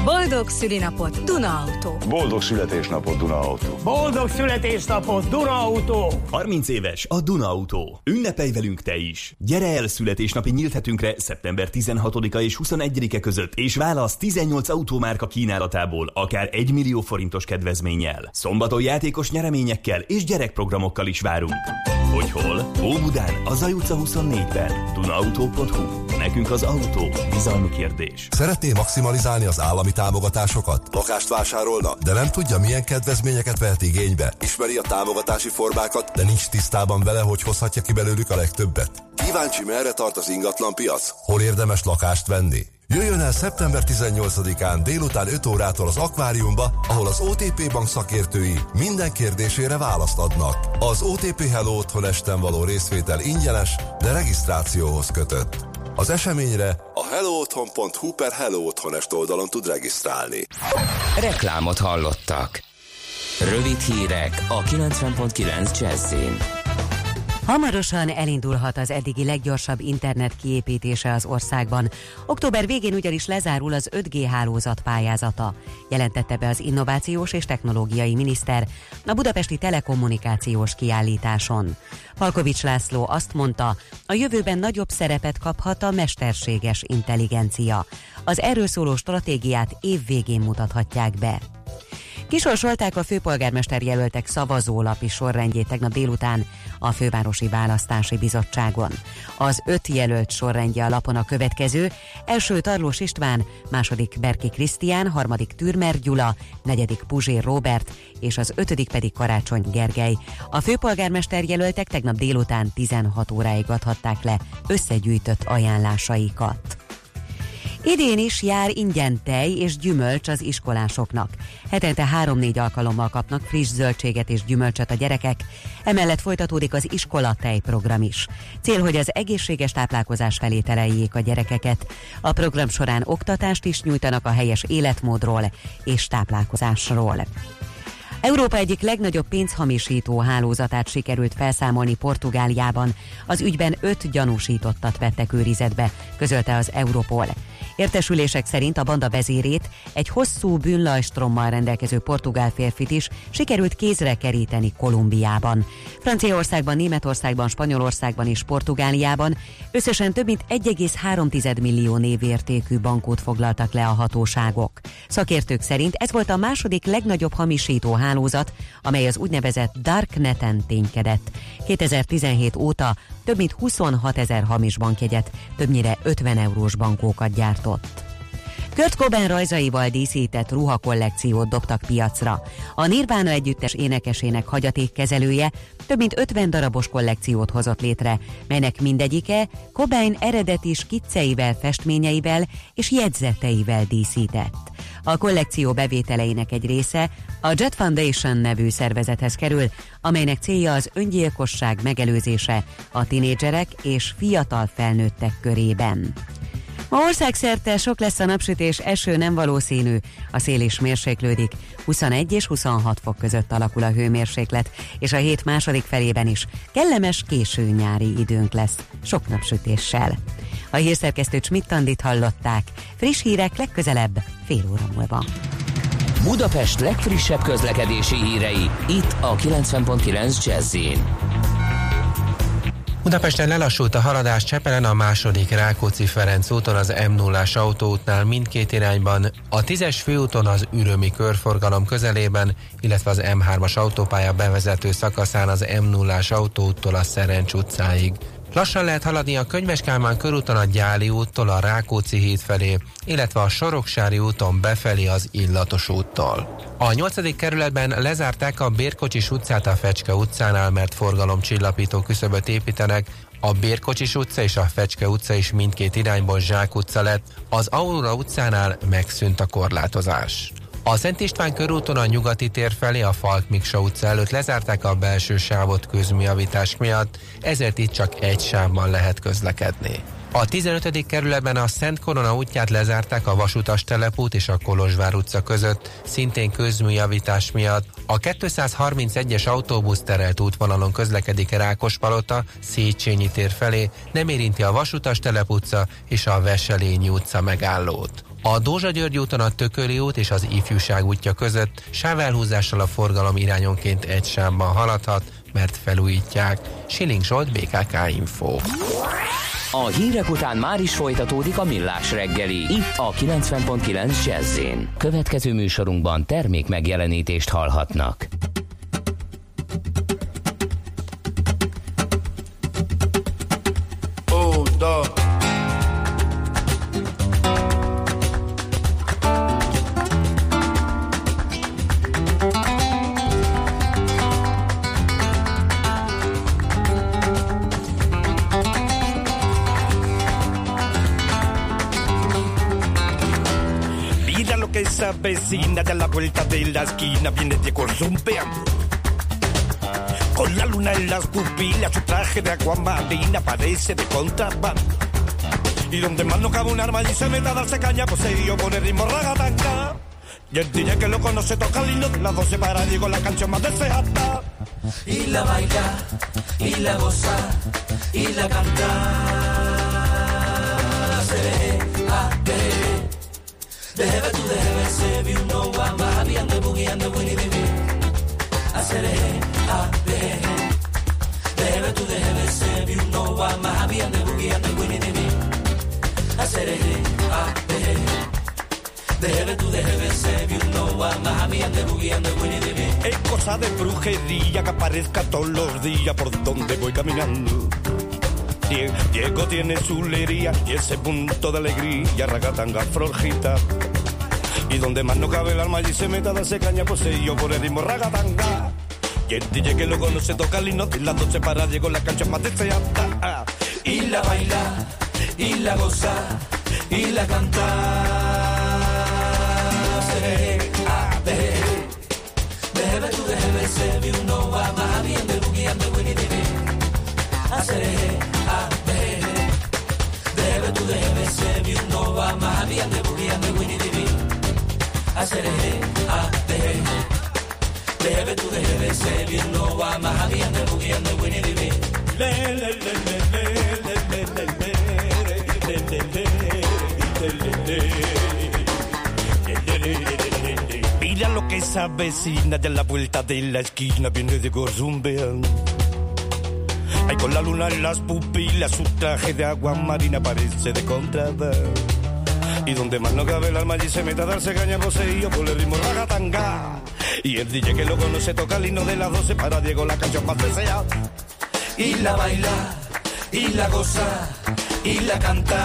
Boldog szülinapot Duna Autó. Boldog születésnapot Duna Autó. Boldog születésnapot Duna Autó. 30 éves a Duna Autó. Ünnepelj velünk te is. Gyere el születésnapi nyílt hetünkre szeptember 16-a és 21-e között, és válasz 18 autómárka kínálatából akár 1 millió forintos kedvezménnyel. Szombaton játékos nyereményekkel és gyerekprogramokkal is várunk. Hogy hol? Óbudán, a Zaj utca 24-ben. Dunaauto.hu. Nekünk az autó bizalmi kérdés. Szeretné maximalizálni az állami támogatásokat? Lakást vásárolna, de nem tudja, milyen kedvezményeket vehet igénybe? Ismeri a támogatási formákat, de nincs tisztában vele, hogy hozhatja ki belőlük a legtöbbet? Kíváncsi, merre tart az ingatlanpiac? Hol érdemes lakást venni? Jöjjön el szeptember 18-án délután 5 órától az Akváriumba, ahol az OTP Bank szakértői minden kérdésére választ adnak. Az OTP Hello Otthon esten való részvétel ingyenes, de regisztrációhoz kötött. Az eseményre a hellootthon.hu/Hello Otthonest oldalon tud regisztrálni. Reklámot hallottak. Rövid hírek a 90.9 Jazzin. Hamarosan elindulhat az eddigi leggyorsabb internet kiépítése az országban. Október végén ugyanis lezárul az 5G hálózat pályázata, jelentette be az Innovációs és Technológiai Miniszter a budapesti telekommunikációs kiállításon. Palkovics László azt mondta, a jövőben nagyobb szerepet kaphat a mesterséges intelligencia. Az erről szóló stratégiát év végén mutathatják be. Kisorsolták a főpolgármester jelöltek szavazólapi sorrendjét tegnap délután a Fővárosi Választási Bizottságon. Az 5 jelölt sorrendje a lapon a következő: első Tarlós István, második Berki Krisztián, harmadik Türmer Gyula, negyedik Puzsér Róbert, és az 5. pedig Karácsony Gergely. A főpolgármester jelöltek tegnap délután 16 óráig adhatták le összegyűjtött ajánlásaikat. Idén is jár ingyen tej és gyümölcs az iskolásoknak. Hetente 3-4 alkalommal kapnak friss zöldséget és gyümölcsöt a gyerekek, emellett folytatódik az iskolatej program is. Cél, hogy az egészséges táplálkozás felé tereljék a gyerekeket. A program során oktatást is nyújtanak a helyes életmódról és táplálkozásról. Európa egyik legnagyobb pénzhamisító hálózatát sikerült felszámolni Portugáliában. Az ügyben 5 gyanúsítottat vettek őrizetbe, közölte az Europol. Értesülések szerint a banda vezérét, egy hosszú bűnlajstrommal rendelkező portugál férfit is sikerült kézre keríteni Kolumbiában. Franciaországban, Németországban, Spanyolországban és Portugáliában összesen több mint 1,3 millió névértékű bankót foglaltak le a hatóságok. Szakértők szerint ez volt a második legnagyobb hamisító hálózat, amely az úgynevezett Darkneten ténykedett. 2017 óta több mint 26 000 hamis bankjegyet, többnyire 50 eurós bankókat gyártott. Kurt Cobain rajzaival díszített ruhakollekciót dobtak piacra. A Nirvana együttes énekesének hagyatékkezelője több mint 50 darabos kollekciót hozott létre, melynek mindegyike Cobain eredeti skicceivel, festményeivel és jegyzeteivel díszített. A kollekció bevételeinek egy része a Jet Foundation nevű szervezethez kerül, amelynek célja az öngyilkosság megelőzése a tinédzserek és fiatal felnőttek körében. Ma országszerte sok lesz a napsütés, eső nem valószínű, a szél is mérséklődik, 21 és 26 fok között alakul a hőmérséklet, és a hét második felében is kellemes késő nyári időnk lesz, sok napsütéssel. A hírszerkesztő Schmidt-Tandit hallották, friss hírek legközelebb fél óra múlva. Budapest legfrissebb közlekedési hírei, itt a 90.9 Jazz-in. Budapesten lelassult a haladás Csepelen a második Rákóczi-Ferenc úton az M0-ás autóútnál mindkét irányban, a 10-es főúton az ürömi körforgalom közelében, illetve az M3-as autópálya bevezető szakaszán az M0-ás autóúttól a Szerencs utcáig. Lassan lehet haladni a Könyves Kálmán körúton a Gyáli úttól a Rákóczi híd felé, illetve a Soroksári úton befelé az Illatos úttól. A 8. kerületben lezárták a Bérkocsis utcát a Fecske utcánál, mert forgalomcsillapító küszöböt építenek. A Bérkocsis utca és a Fecske utca is mindkét irányból zsákutca lett, az Aurora utcánál megszűnt a korlátozás. A Szent István körúton a Nyugati tér felé a Falk Miksa utca előtt lezárták a belső sávot közműjavítás miatt, ezért itt csak egy sávban lehet közlekedni. A 15. kerületben a Szent Korona útját lezárták a Vasutas telepút és a Kolozsvár utca között, szintén közműjavítás miatt. A 231-es autóbusz terelt útvonalon közlekedik Rákospalota, Széchenyi tér felé, nem érinti a Vasutas telep utca és a Veselényi utca megállót. A Dózsa-György úton a Tököli út és az Ifjúság útja között sávelhúzással a forgalom irányonként egy sávban haladhat, mert felújítják. Siling Zsolt, BKK Info. A hírek után már is folytatódik a Millás reggeli, itt a 90.9 Jazz-én. Következő műsorunkban termék megjelenítést hallhatnak. Esa vecina de la vuelta de la esquina viene Diego zumbeando. Con la luna en las pupilas, su traje de aguamarina parece de contrabando. Y donde más no cabe un arma y se mete a darse caña, pues se dio con el ritmo ragatanga. Y el DJ que lo conoce toca el himno de las 12 para Diego, la canción más deseada. Y la baila, y la goza, y la canta. Dehebe tu dehebe se vi uno wa mahabi ande bugi ande wini bibi asere a dehe dehebe tu dehebe se vi uno wa mahabi ande bugi ande wini bibi asere a dehe dehebe tu dehebe se vi uno wa mahabi ande bugi ande wini bibi. Es cosa de brujería que aparezca todos los días por donde voy caminando. Diego tiene su lería y ese punto de alegría, ragatanga, florjita. Y donde más no cabe el alma allí se meta a darse caña, poseído por el ritmo ragatanga. Y el DJ que lo conoce toca el himno de las 12 para Diego, la cancha más deseada. Y la baila, y la goza, y la canta. Dehebe tu dehebe se vi uno wa mahabi ande bugi ande wini dibi asere a dehebe tu dehebe se vi uno wa mahabi ande bugi ande wini dibi asere a dehebe tu dehebe se vi uno wa mahabi ande bugi ande wini dibi le le le le le le le le le le. Mira lo que esa vecina de la vuelta de la esquina viene de zumbeando. Ay, con la luna en las pupilas, su traje de agua marina parece de contrabando. Y donde más no cabe el alma allí se mete a darse caña, poseído por el ritmo ragatanga. Y el DJ que lo conoce toca el himno de las 12 para Diego, la canción más deseada. Y la baila, y la goza, y la canta.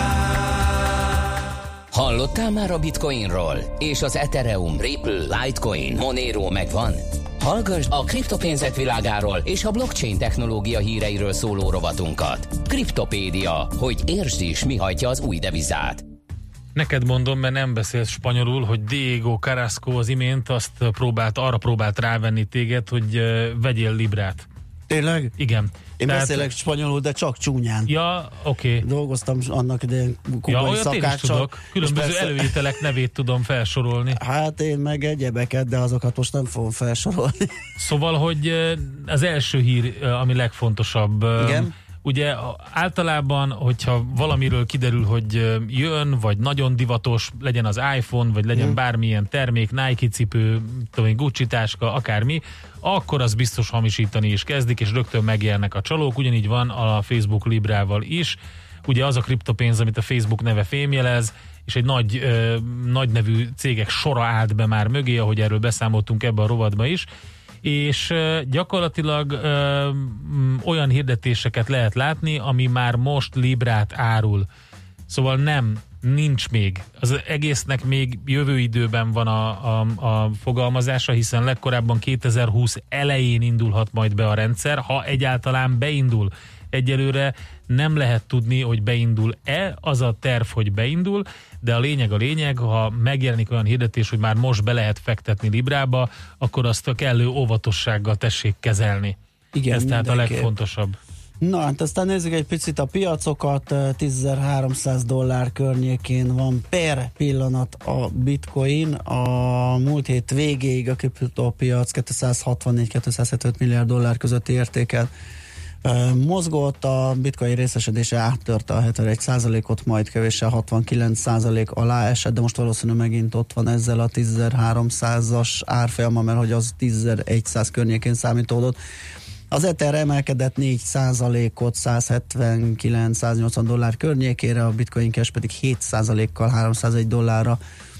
Hallottál már a Bitcoinról? És az Ethereum, Ripple, Litecoin, Monero megvan? Hallgass a kriptopénzek világáról és a blockchain technológia híreiről szóló rovatunkat. Kriptopédia, hogy értsd is, mi hajtja az új devizát. Neked mondom, mert nem beszélsz spanyolul, hogy Diego Carrasco az imént arra próbált rávenni téged, hogy vegyél librát. Tényleg? Igen. Én beszélek spanyolul, de csak csúnyán. Ja, oké. Dolgoztam annak idején kubai szakáccsal. Különböző előételek nevét tudom felsorolni. Hát én meg egyebeket, de azokat most nem fogom felsorolni. Szóval, hogy az első hír, ami legfontosabb. Igen? Ugye általában, hogyha valamiről kiderül, hogy jön, vagy nagyon divatos, legyen az iPhone, vagy legyen bármilyen termék, Nike cipő, Gucci táska, akármi, akkor az biztos hamisítani is kezdik, és rögtön megjelennek a csalók. Ugyanígy van a Facebook Librával is. Ugye az a kriptopénz, amit a Facebook neve fémjelez, és egy nagy nevű cégek sora állt be már mögé, ahogy erről beszámoltunk ebbe a rovatba is, és gyakorlatilag olyan hirdetéseket lehet látni, ami már most Librát árul. Szóval nincs még. Az egésznek még jövő időben van a fogalmazása, hiszen legkorábban 2020 elején indulhat majd be a rendszer, ha egyáltalán beindul. Egyelőre nem lehet tudni, hogy beindul-e, az a terv, hogy beindul, de a lényeg, ha megjelenik olyan hirdetés, hogy már most be lehet fektetni Librába, akkor azt a kellő óvatossággal tessék kezelni. Igen, ez tehát a legfontosabb. Na, hát aztán nézzük egy picit a piacokat, $10.300 környékén van per pillanat a bitcoin, a múlt hét végéig a kriptopiac $264-275 milliárd közötti értéket Mozgott, a bitcoin részesedése áttörte a 71%-ot, majd kevéssel 69% alá esett, de most valószínűleg megint ott van ezzel a 10.300-as árfolyama, mert hogy az 10.100 környékén számítódott. Az Ether emelkedett 4%-ot 179-180 dollár környékére, a Bitcoin Cash pedig 7%-kal 301 dollárra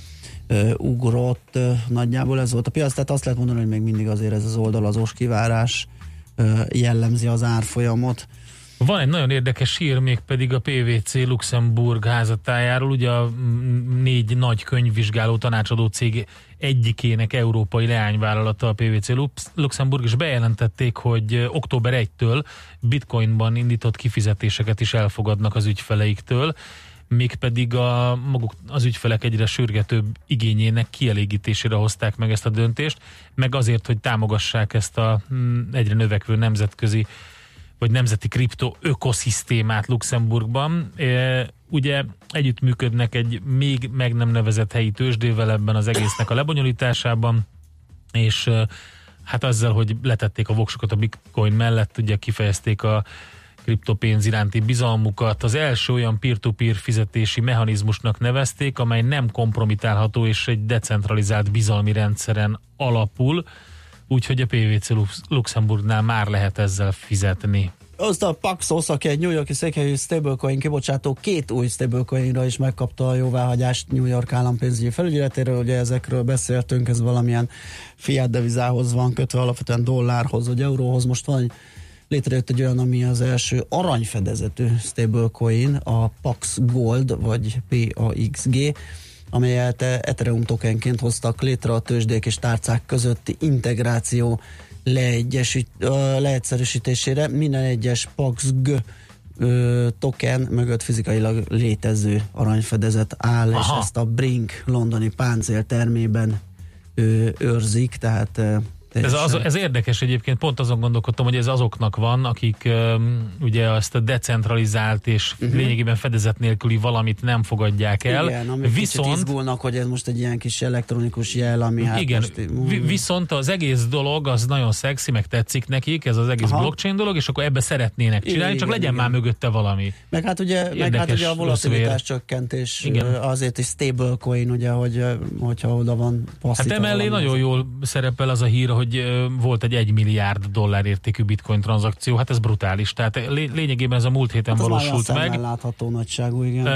ugrott. Nagyjából ez volt a piac, tehát azt lehet mondani, hogy még mindig azért ez az oldalazós kivárás jellemzi az árfolyamot. Van egy nagyon érdekes hír, még pedig a PwC Luxemburg házatájáról, ugye a 4 nagy könyvvizsgáló tanácsadó cég egyikének európai leányvállalata a PwC Luxemburg, és bejelentették, hogy október 1-től bitcoinban indított kifizetéseket is elfogadnak az ügyfeleiktől, mégpedig maguk az ügyfelek egyre sürgetőbb igényének kielégítésére hozták meg ezt a döntést, meg azért, hogy támogassák ezt a egyre növekvő nemzetközi vagy nemzeti kripto ökoszisztémát Luxemburgban. Ugye együttműködnek egy még meg nem nevezett helyi tőzsdével ebben az egésznek a lebonyolításában, és hát azzal, hogy letették a voksokat a bitcoin mellett, ugye kifejezték a kriptopénz iránti bizalmukat. Az első olyan peer-to-peer fizetési mechanizmusnak nevezték, amely nem kompromitálható és egy decentralizált bizalmi rendszeren alapul, úgyhogy a PwC Luxemburgnál már lehet ezzel fizetni. Azt a Paxos, aki egy New Yorki székhelyű stablecoin kibocsátó, 2 új stablecoinra is megkapta a jóváhagyást New York állampénzügyi felügyeletéről, ugye ezekről beszéltünk, ez valamilyen fiat devizához van kötve, alapvetően dollárhoz vagy euróhoz. Most van létrejött egy olyan, ami az első aranyfedezetű stablecoin, a Pax Gold, vagy PAXG, amelyet Ethereum tokenként hoztak létre a tőzsdék és tárcák közötti integráció leegyszerűsítésére. Minden egyes PAXG token mögött fizikailag létező aranyfedezet áll, és ezt a Brink londoni páncéltermében őrzik, tehát ez érdekes egyébként, pont azon gondolkodtam, hogy ez azoknak van, akik ugye azt a decentralizált és lényegében fedezet nélküli valamit nem fogadják el. Igen, amik viszont kicsit izgulnak, hogy ez most egy ilyen kis elektronikus jel, ami hát igen, most viszont az egész dolog az nagyon szexi, meg tetszik nekik, ez az egész blockchain dolog, és akkor ebbe szeretnének csinálni, igen, csak legyen már mögötte valami. Meg hát ugye a volatilitás csökkentés, azért is stablecoin, ugye, hogyha oda van passzíta. Hát emellé nagyon jól szerepel az a hír, hogy volt egy 1 milliárd dollár értékű bitcoin tranzakció, hát ez brutális, tehát lényegében ez a múlt héten valósult meg. Látható nagyságú, igen.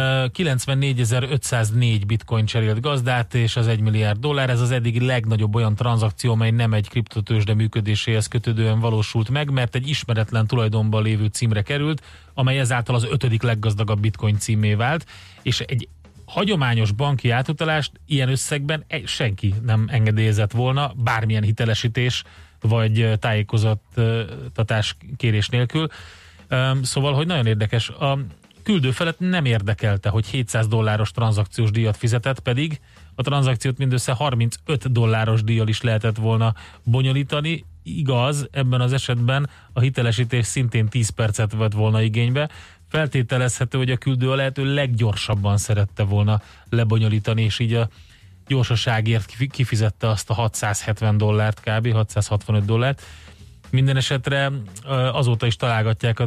94.504 bitcoin cserélt gazdát, és az 1 milliárd dollár, ez az eddigi legnagyobb olyan tranzakció, amely nem egy kriptotőzsde működéséhez kötődően valósult meg, mert egy ismeretlen tulajdonban lévő címre került, amely ezáltal az 5. leggazdagabb bitcoin címé vált, és egy hagyományos banki átutalást ilyen összegben senki nem engedélyezett volna, bármilyen hitelesítés vagy tájékoztatás kérés nélkül. Szóval, hogy nagyon érdekes. A küldő felett nem érdekelte, hogy 700 dolláros tranzakciós díjat fizetett, pedig a tranzakciót mindössze 35 dolláros díjjal is lehetett volna bonyolítani. Igaz, ebben az esetben a hitelesítés szintén 10 percet vett volna igénybe. Feltételezhető, hogy a küldő a lehető leggyorsabban szerette volna lebonyolítani, és így a gyorsaságért kifizette azt a 670 dollárt kb. 665 dollárt. Minden esetre azóta is találgatják,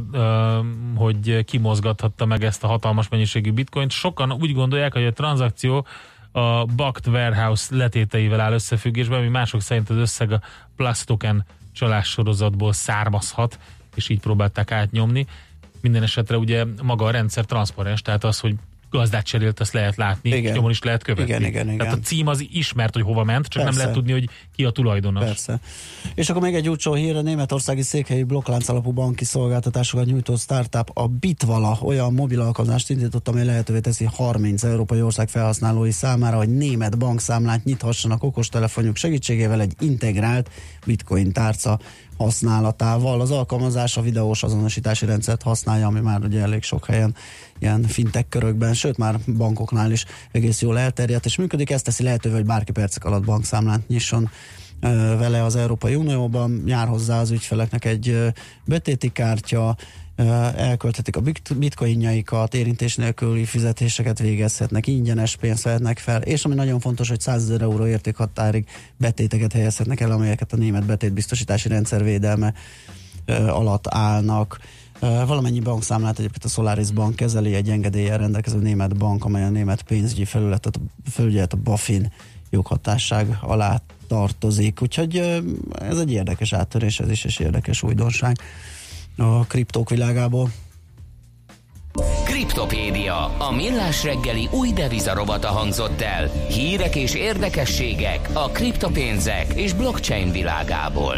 hogy kimozgathatta meg ezt a hatalmas mennyiségű bitcoint. Sokan úgy gondolják, hogy a tranzakció a Bakkt Warehouse letéteivel áll összefüggésben, ami mások szerint az összeg a Plus Token csalás sorozatból származhat, és így próbálták átnyomni. Minden esetre ugye maga a rendszer transzparens, tehát az, hogy gazdát cserélt, azt lehet látni, és nyomon is lehet követni. Igen. Tehát a cím az ismert, hogy hova ment, csak persze, nem lehet tudni, hogy ki a tulajdonos. Persze. És akkor még egy utolsó hír, a németországi székhelyi blokklánc alapú banki szolgáltatásokat nyújtó startup, a Bitvala olyan mobil alkalmazást indított, amely lehetővé teszi 30 európai ország felhasználói számára, hogy német bankszámlát nyithassanak okostelefonjuk segítségével egy integrált bitcoin tárca használatával. Az alkalmazás a videós azonosítási rendszert használja, ami már ugye elég sok helyen ilyen fintech körökben, sőt már bankoknál is egész jól elterjedt, és működik. Ezt teszi lehetővé, hogy bárki percek alatt bankszámlát nyisson vele az Európai Unióban. Jár hozzá az ügyfeleknek egy betéti kártya, elkölthetik a bitcoinjaikat, érintés nélküli fizetéseket végezhetnek, ingyenes pénzt vehetnek fel, és ami nagyon fontos, hogy 100 000 euró értékhatárig betéteket helyezhetnek el, amelyeket a német betétbiztosítási rendszer védelme alatt állnak. Valamennyi bankszámlát egyébként a Solaris Bank kezeli, egy engedéllyel rendelkező német bank, amely a német pénzügyi felügyelet a BaFin joghatásság alá tartozik. Úgyhogy ez egy érdekes áttörés, ez is egy érdekes újdonság a kriptók világából. Kriptopédia, a millás reggeli új devizarobata hangzott el. Hírek és érdekességek a kriptopénzek és blockchain világából.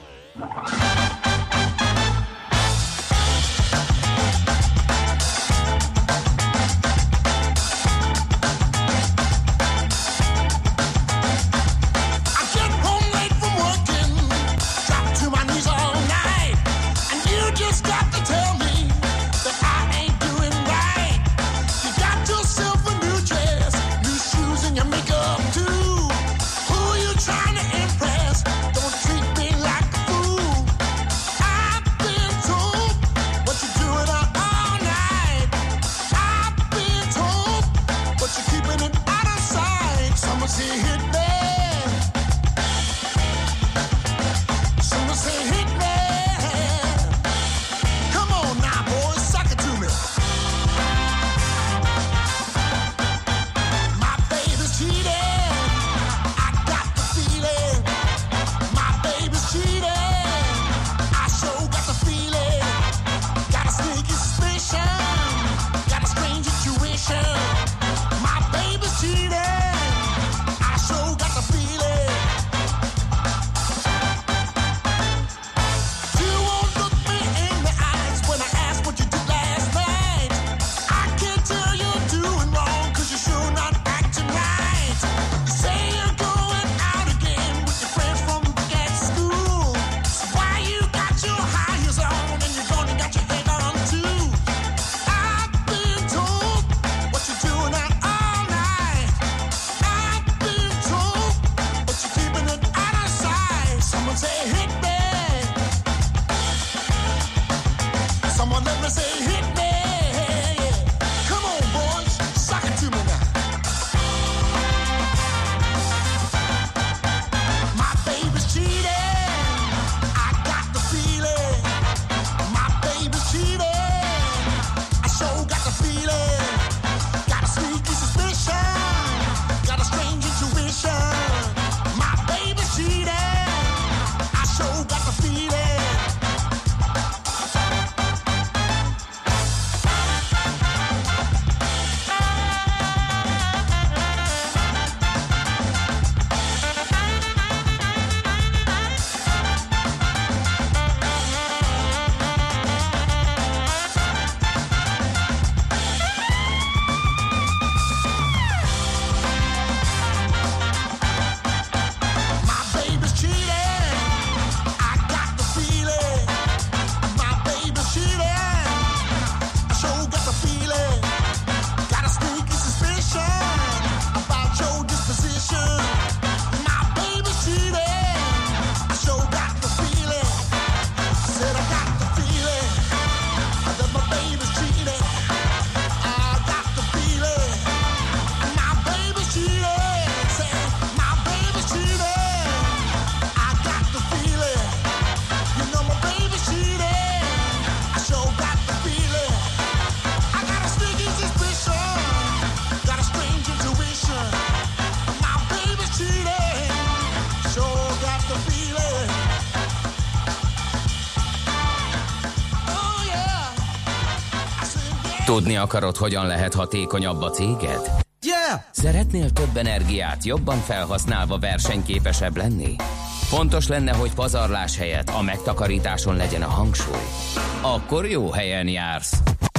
Tudni akarod, hogyan lehet hatékonyabb a céged? Yeah! Szeretnél több energiát jobban felhasználva versenyképesebb lenni? Fontos lenne, hogy pazarlás helyett a megtakarításon legyen a hangsúly. Akkor jó helyen jársz.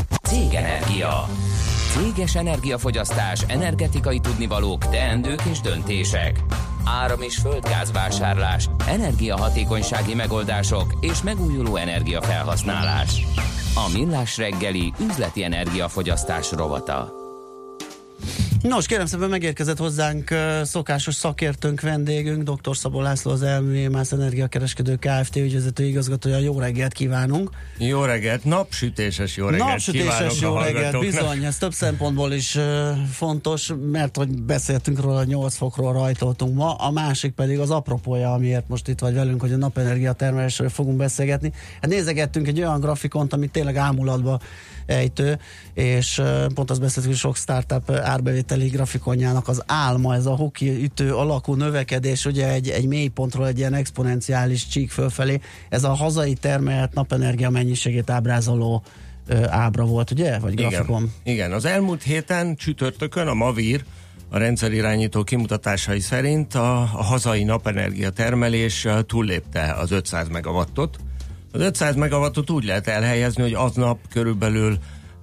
Cégenergia. Céges energiafogyasztás, energetikai tudnivalók, teendők és döntések. Áram- és földgázvásárlás, energiahatékonysági megoldások és megújuló energiafelhasználás. A Millás reggeli üzleti energiafogyasztás rovata. Nos, kérem szépen megérkezett hozzánk szokásos szakértőnk, vendégünk, dr. Szabó László, az EMAS Energiakereskedő Kft. Ügyvezető igazgatója. Jó reggelt kívánunk! Jó reggelt, napsütéses jó reggelt! Napsütéses jó reggelt, bizony, ez több szempontból is fontos, mert hogy beszéltünk róla, 8 fokról rajtoltunk ma, a másik pedig az apropója, amiért most itt vagy velünk, hogy a napenergia termelésről fogunk beszélgetni. Hát nézegettünk egy olyan grafikont, ami tényleg ámulatba ejtő, és pont azt beszéltük, hogy sok startup árbevételi grafikonjának az álma, ez a hoki ütő alakú növekedés, ugye egy mélypontról egy ilyen exponenciális csík fölfelé, ez a hazai termelt napenergia mennyiségét ábrázoló ábra volt, ugye? Vagy grafikon? Igen, az elmúlt héten csütörtökön a Mavir, a rendszerirányító kimutatásai szerint a hazai napenergia termelés túllépte az 500 megawattot. Az 500 megawattot úgy lehet elhelyezni, hogy aznap körülbelül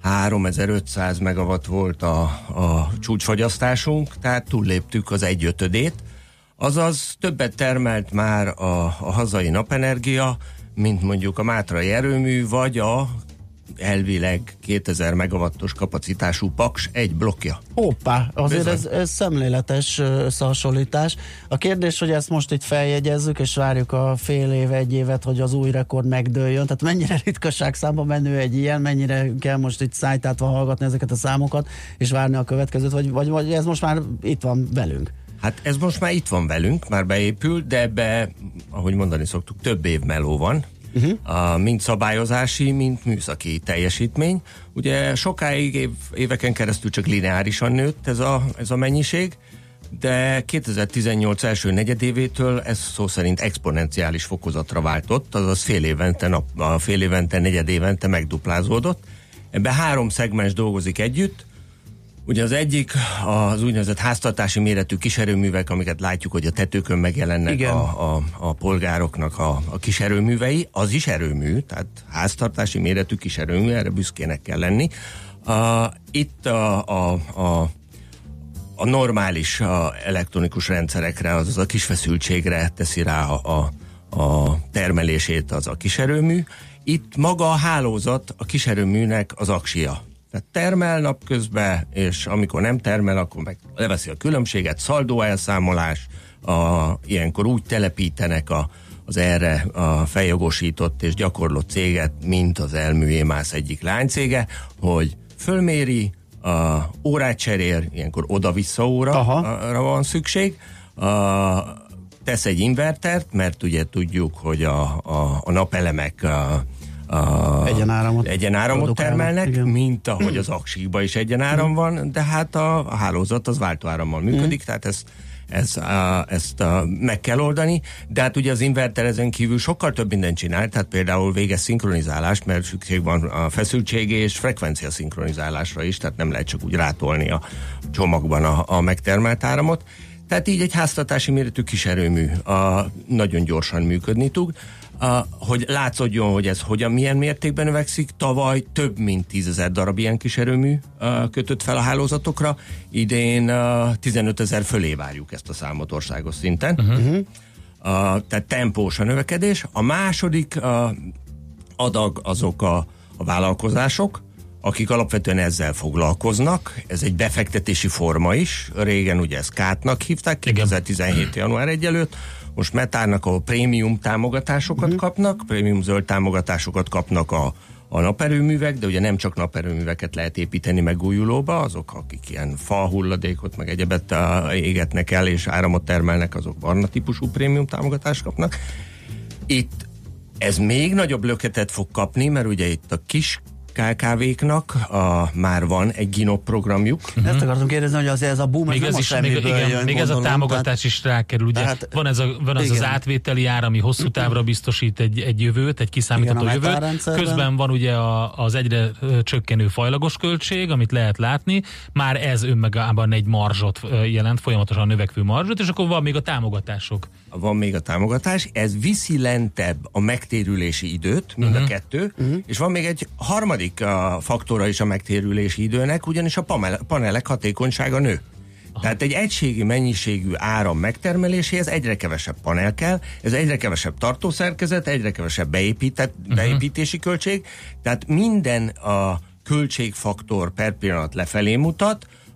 3500 megawatt volt a csúcsfogyasztásunk, tehát túlléptük az 1/5-ét. Azaz többet termelt már a hazai napenergia, mint mondjuk a mátrai erőmű, vagy a elvileg 2000 megawattos kapacitású Paks egy blokkja. Hoppá, azért ez szemléletes összehasonlítás. A kérdés, hogy ezt most itt feljegyezzük, és várjuk a fél év, egy évet, hogy az új rekord megdőljön. Tehát mennyire ritkaság számba menő egy ilyen, mennyire kell most itt szájtátva hallgatni ezeket a számokat, és várni a következőt, vagy ez most már itt van velünk? Hát ez most már itt van velünk, már beépült, de ebbe, ahogy mondani szoktuk, több év meló van. Mind szabályozási, mind műszaki teljesítmény. Ugye sokáig, éveken keresztül csak lineárisan nőtt ez a mennyiség, de 2018 első negyedévétől ez szó szerint exponenciális fokozatra váltott, azaz fél évente, negyed évente megduplázódott. Ebben 3 szegmens dolgozik együtt. Ugye az egyik az úgynevezett háztartási méretű kiserőművek, amiket látjuk, hogy a tetőkön megjelennek a polgároknak a kiserőművei, az is erőmű, tehát háztartási méretű kiserőmű, erre büszkének kell lenni. Itt a normális elektronikus rendszerekre, azaz a kisfeszültségre teszi rá a termelését az a kiserőmű. Itt maga a hálózat a kiserőműnek az aksia. Tehát termel napközben, és amikor nem termel, akkor meg leveszi a különbséget, szaldó elszámolás, ilyenkor úgy telepítenek az erre a feljogosított és gyakorlott céget, mint az EMAS egyik lánycége, hogy fölméri, órát cserél, ilyenkor oda-vissza óra van szükség, tesz egy invertert, mert ugye tudjuk, hogy a napelemek egyenáramot termelnek, igen, mint ahogy az aksikban is egyenáram van, de hát a hálózat az váltóárammal működik, tehát ezt meg kell oldani, de hát ugye az inverter ezen kívül sokkal több mindent csinál, tehát például végez szinkronizálást, mert szükség van a feszültség és frekvencia szinkronizálásra is, tehát nem lehet csak úgy rátolni a csomagban a megtermelt áramot. Tehát így egy háztartási méretű kiserőmű nagyon gyorsan működni tud. Hogy látszódjon, hogy ez milyen mértékben növekszik, tavaly több mint 10 000 darab ilyen kiserőmű kötött fel a hálózatokra, idén 15 000 fölé várjuk ezt a számot országos szinten. Tehát tempós a növekedés. A második adag azok a vállalkozások, akik alapvetően ezzel foglalkoznak. Ez egy befektetési forma is. Régen ugye ezt KÁT-nak hívták, 2017. január 1 előtt. Most Metárnak a prémium támogatásokat kapnak, prémium zöld támogatásokat kapnak a naperőművek, de ugye nem csak naperőműveket lehet építeni megújulóba, azok, akik ilyen fa hulladékot, meg egyebet égetnek el, és áramot termelnek, azok barna típusú prémium támogatást kapnak. Itt ez még nagyobb löketet fog kapni, mert ugye itt a kis KKV-knak már van egy GINOP programjuk. Ezt akartam kérdezni, hogy azért ez a boom, még ez is, még ez a támogatás is rákerül. Ugye tehát, van az átvételi ár, ami hosszú távra biztosít egy jövőt, egy kiszámítható jövőt. Közben van ugye az egyre csökkenő fajlagos költség, amit lehet látni. Már ez önmagában egy marzsot jelent, folyamatosan növekvő marzsot, és akkor van még a támogatások. Van még a támogatás, ez viszi lentebb a megtérülési időt, mind a kettő, és van még egy harmadik faktora is a megtérülési időnek, ugyanis a panelek hatékonysága nő. Tehát egy egységi mennyiségű áram megtermeléséhez egyre kevesebb panel kell, ez egyre kevesebb tartószerkezet, egyre kevesebb beépítési költség, tehát minden a költségfaktor per pillanat lefelé mutat,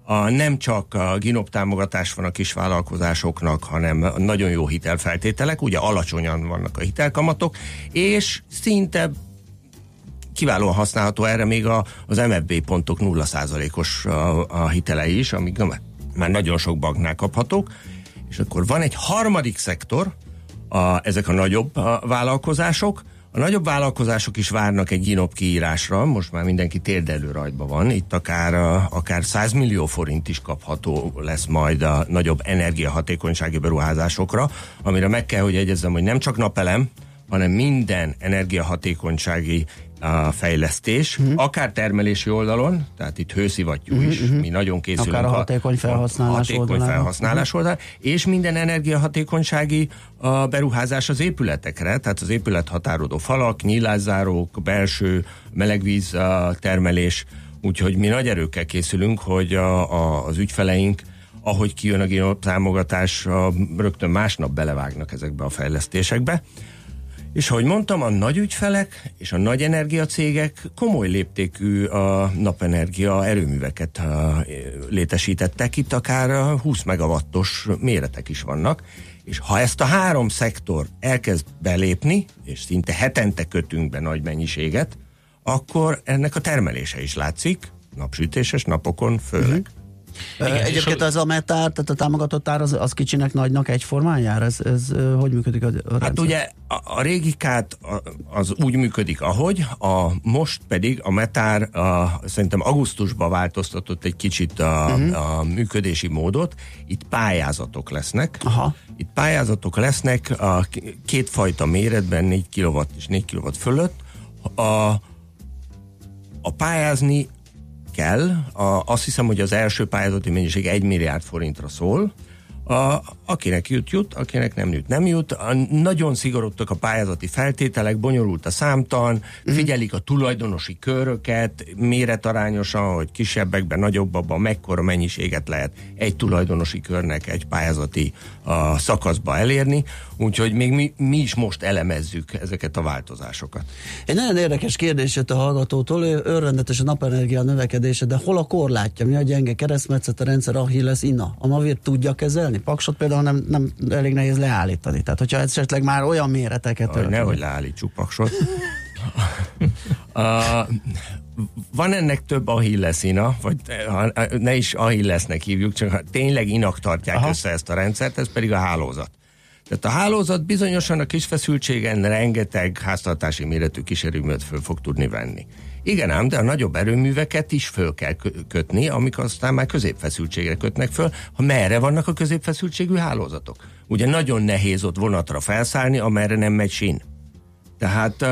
Nem csak a GINOP támogatás van a kisvállalkozásoknak, hanem nagyon jó hitelfeltételek, ugye alacsonyan vannak a hitelkamatok, és szinte kiválóan használható erre még az MFB pontok 0%-os a hitelei is, amik már nagyon sok banknál kaphatók. És akkor van egy harmadik szektor, ezek a nagyobb vállalkozások. A nagyobb vállalkozások is várnak egy GINOP kiírásra, most már mindenki térdelő rajtban van, itt akár 100 millió forint is kapható lesz majd a nagyobb energiahatékonysági beruházásokra, amire meg kell, hogy jegyezzem, hogy nem csak napelem, hanem minden energiahatékonysági fejlesztés, akár termelési oldalon, tehát itt hőszivattyú is, mi nagyon készülünk akár a hatékony felhasználás oldalán, és minden energiahatékonysági beruházás az épületekre, tehát az épülethatároló falak, nyílászárók, belső melegvíz termelés, úgyhogy mi nagy erőkkel készülünk, hogy az ügyfeleink, ahogy kijön a GINOP támogatás, rögtön másnap belevágnak ezekbe a fejlesztésekbe. És ahogy mondtam, a nagy ügyfelek és a nagy energiacégek komoly léptékű napenergia erőműveket létesítettek, itt akár 20 megawattos méretek is vannak, és ha ezt a három szektor elkezd belépni, és szinte hetente kötünk be nagy mennyiséget, akkor ennek a termelése is látszik, napsütéses napokon főleg. Igen, egyébként ez a metár, tehát a támogatott ár az kicsinek nagynak egyformán jár? Ez hogy működik a rendszer? Hát ugye a régi kát az úgy működik, ahogy, most pedig a metár szerintem augusztusban változtatott egy kicsit a működési módot. Itt pályázatok lesznek. Aha. Itt pályázatok lesznek kétfajta méretben, 4 kW és 4 kW fölött. A pályázni kell, azt hiszem, hogy az első pályázati mennyiség 1 milliárd forintra szól. Akinek jut, akinek nem jut. Nagyon szigorodtak a pályázati feltételek, bonyolult a számtan, figyelik a tulajdonosi köröket, méretarányosan, hogy kisebbekben, nagyobbabban mekkora mennyiséget lehet egy tulajdonosi körnek egy pályázati szakaszba elérni, úgyhogy még mi is most elemezzük ezeket a változásokat. Egy nagyon érdekes kérdés jött a hallgatótól, örvendetes a napenergia növekedése, de hol a korlátja? Mi a gyenge keresztmetszet, a rendszer Achilles inna? A Mavir tudja kezelni? Paksot például nem elég nehéz leállítani. Tehát, hogyha esetleg már olyan méreteket ölt. Nehogy leállítsuk Paksot. Van ennek több Achilles ina, vagy ne is Achillesnek hívjuk, csak tényleg inak tartják össze ezt a rendszert, ez pedig a hálózat. Tehát a hálózat bizonyosan a kis feszültségen rengeteg háztartási méretű kísérőművet föl fog tudni venni. Igen ám, de a nagyobb erőműveket is föl kell kötni, amik aztán már középfeszültségre kötnek föl, ha merre vannak a középfeszültségű hálózatok. Ugye nagyon nehéz ott vonatra felszállni, amerre nem megy sín. Tehát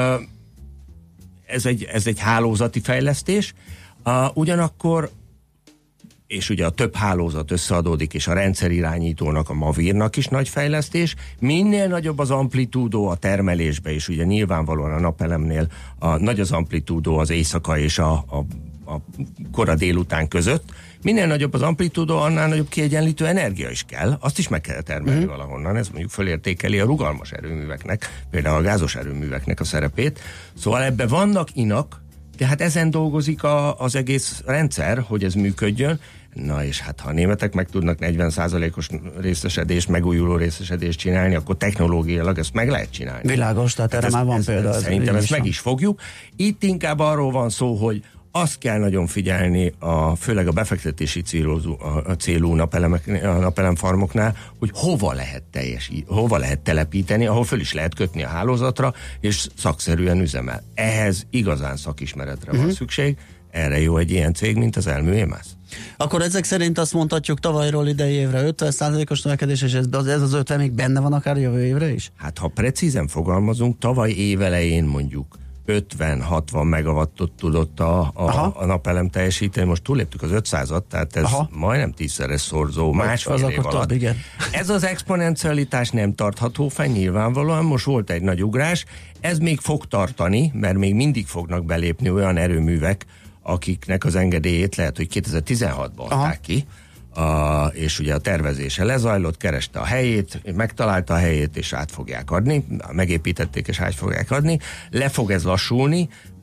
ez egy hálózati fejlesztés, ugyanakkor és ugye a több hálózat összeadódik, és a rendszerirányítónak, a Mavirnak is nagy fejlesztés. Minél nagyobb az amplitúdó a termelésbe, és ugye nyilvánvalóan a napelemnél nagy az amplitúdó az éjszaka és a kora délután között. Minél nagyobb az amplitúdó, annál nagyobb kiegyenlítő energia is kell. Azt is meg kell termelni valahonnan. Ez mondjuk fölértékeli a rugalmas erőműveknek, például a gázos erőműveknek a szerepét. Szóval ebben vannak inak, de hát ezen dolgozik az egész rendszer, hogy ez működjön. Na és hát ha a németek meg tudnak 40%-os részesedést, megújuló részesedést csinálni, akkor technológiailag ezt meg lehet csinálni. Világos, tehát erre már van példa. Szerintem ezt meg is fogjuk. Itt inkább arról van szó, hogy azt kell nagyon figyelni, főleg a befektetési célú napelemfarmoknál, hogy hova lehet telepíteni, ahol föl is lehet kötni a hálózatra, és szakszerűen üzemel. Ehhez igazán szakismeretre van szükség, erre jó egy ilyen cég, mint az Elmű Émász. Akkor ezek szerint azt mondhatjuk tavalyról idei évre 50%-os növekedés, és ez az 50 még benne van akár jövő évre is? Hát ha precízen fogalmazunk, tavaly évelején mondjuk 50-60 megawattot tudott a napelem teljesíteni, most túléptük az 500-at, tehát ez majdnem 10-szeres szorzó, másfél év alatt. Igen. Ez az exponencialitás nem tartható fenn, nyilvánvalóan, most volt egy nagy ugrás, ez még fog tartani, mert még mindig fognak belépni olyan erőművek, akiknek az engedélyét lehet, hogy 2016-ban adták ki, és ugye a tervezése lezajlott, kereste a helyét, megtalálta a helyét, és át fogják adni, megépítették, és át fogják adni. Le fog ez lassulni,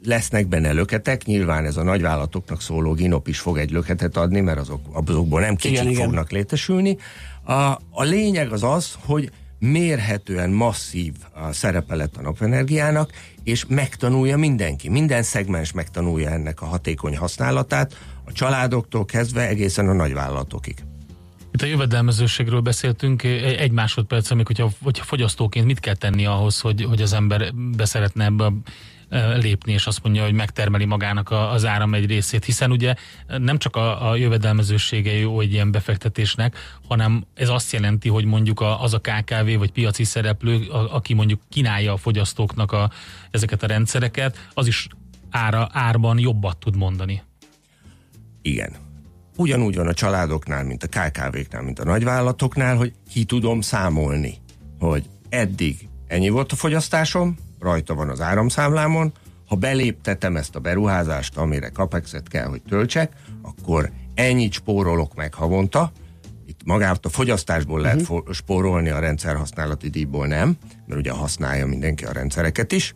lesznek benne löketek, nyilván ez a nagyvállalatoknak szóló Ginop is fog egy löketet adni, mert azokból nem kicsik fognak létesülni. A lényeg az, hogy mérhetően masszív a szerepe lett a napenergiának, és megtanulja mindenki, minden szegmens megtanulja ennek a hatékony használatát, a családoktól kezdve egészen a nagyvállalatokig. Itt a jövedelmezőségről beszéltünk, egy másodperc, amíg, hogyha fogyasztóként mit kell tenni ahhoz, hogy az ember beszeretne ebbe lépni, és azt mondja, hogy megtermeli magának az áram egy részét, hiszen ugye nem csak a jövedelmezősége jó egy ilyen befektetésnek, hanem ez azt jelenti, hogy mondjuk az a KKV vagy piaci szereplő, aki mondjuk kínálja a fogyasztóknak ezeket a rendszereket, az is árban jobbat tud mondani. Igen. Ugyanúgy van a családoknál, mint a KKV-knál, mint a nagyvállalatoknál, hogy ki tudom számolni, hogy eddig ennyi volt a fogyasztásom, rajta van az áramszámlámon, ha beléptetem ezt a beruházást, amire CAPEX-et kell, hogy töltsek, akkor ennyit spórolok meg havonta. Itt magát a fogyasztásból lehet spórolni, a rendszerhasználati díjból nem, mert ugye használja mindenki a rendszereket is,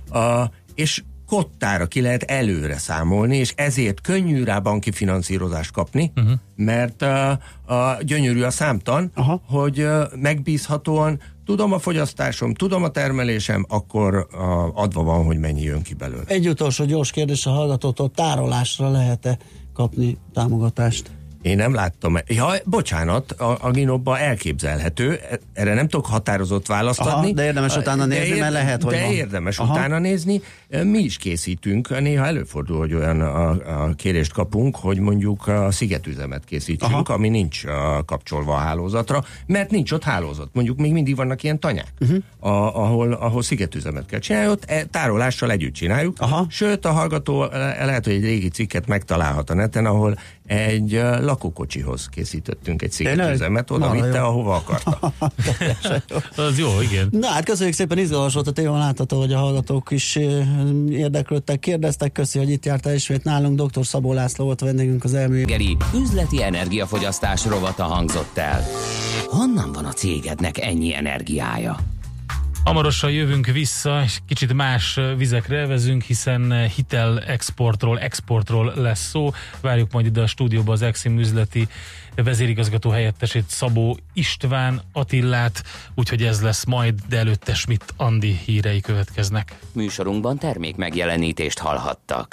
és kottára ki lehet előre számolni, és ezért könnyű rá banki finanszírozást kapni, mert gyönyörű a számtan, hogy megbízhatóan tudom a fogyasztásom, tudom a termelésem, akkor adva van, hogy mennyi jön ki belőle. Egy utolsó gyors kérdés a hallgatótól, tárolásra lehet-e kapni támogatást? Én nem láttam. Ja, bocsánat, a Ginopban elképzelhető, erre nem tudok határozott választ adni. De érdemes utána nézni, mert lehet, hogy van. De érdemes utána nézni. Mi is készítünk, néha előfordul, hogy olyan a kérést kapunk, hogy mondjuk a szigetüzemet készítsünk, ami nincs kapcsolva a hálózatra, mert nincs ott hálózat. Mondjuk még mindig vannak ilyen tanyák, ahol szigetüzemet kell csinálni, ott tárolással együtt csináljuk. Sőt, a hallgató lehet, hogy egy régi cikket megtalálhat a neten, ahol egy lakókocsihoz készítettünk egy szigetüzemet, oda vitte, ahova akarta. Az jó, igen. Na hát köszönjük szépen, izgalmas volt a téma, látható, hogy a hallgatók is érdeklődtek, kérdeztek, köszi, hogy itt jártál ismét nálunk, dr. Szabó László volt vendégünk az elmű. Geri, üzleti energiafogyasztás rovata hangzott el. Honnan van a cégednek ennyi energiája? Hamarosan jövünk vissza, és kicsit más vizekre vezünk, hiszen exportról lesz szó. Várjuk majd ide a stúdióba az Exim üzleti vezérigazgató helyettesét, Szabó István Attillát, úgyhogy ez lesz majd, de előtte Schmidt Andi hírei következnek. Műsorunkban termék megjelenítést hallhattak.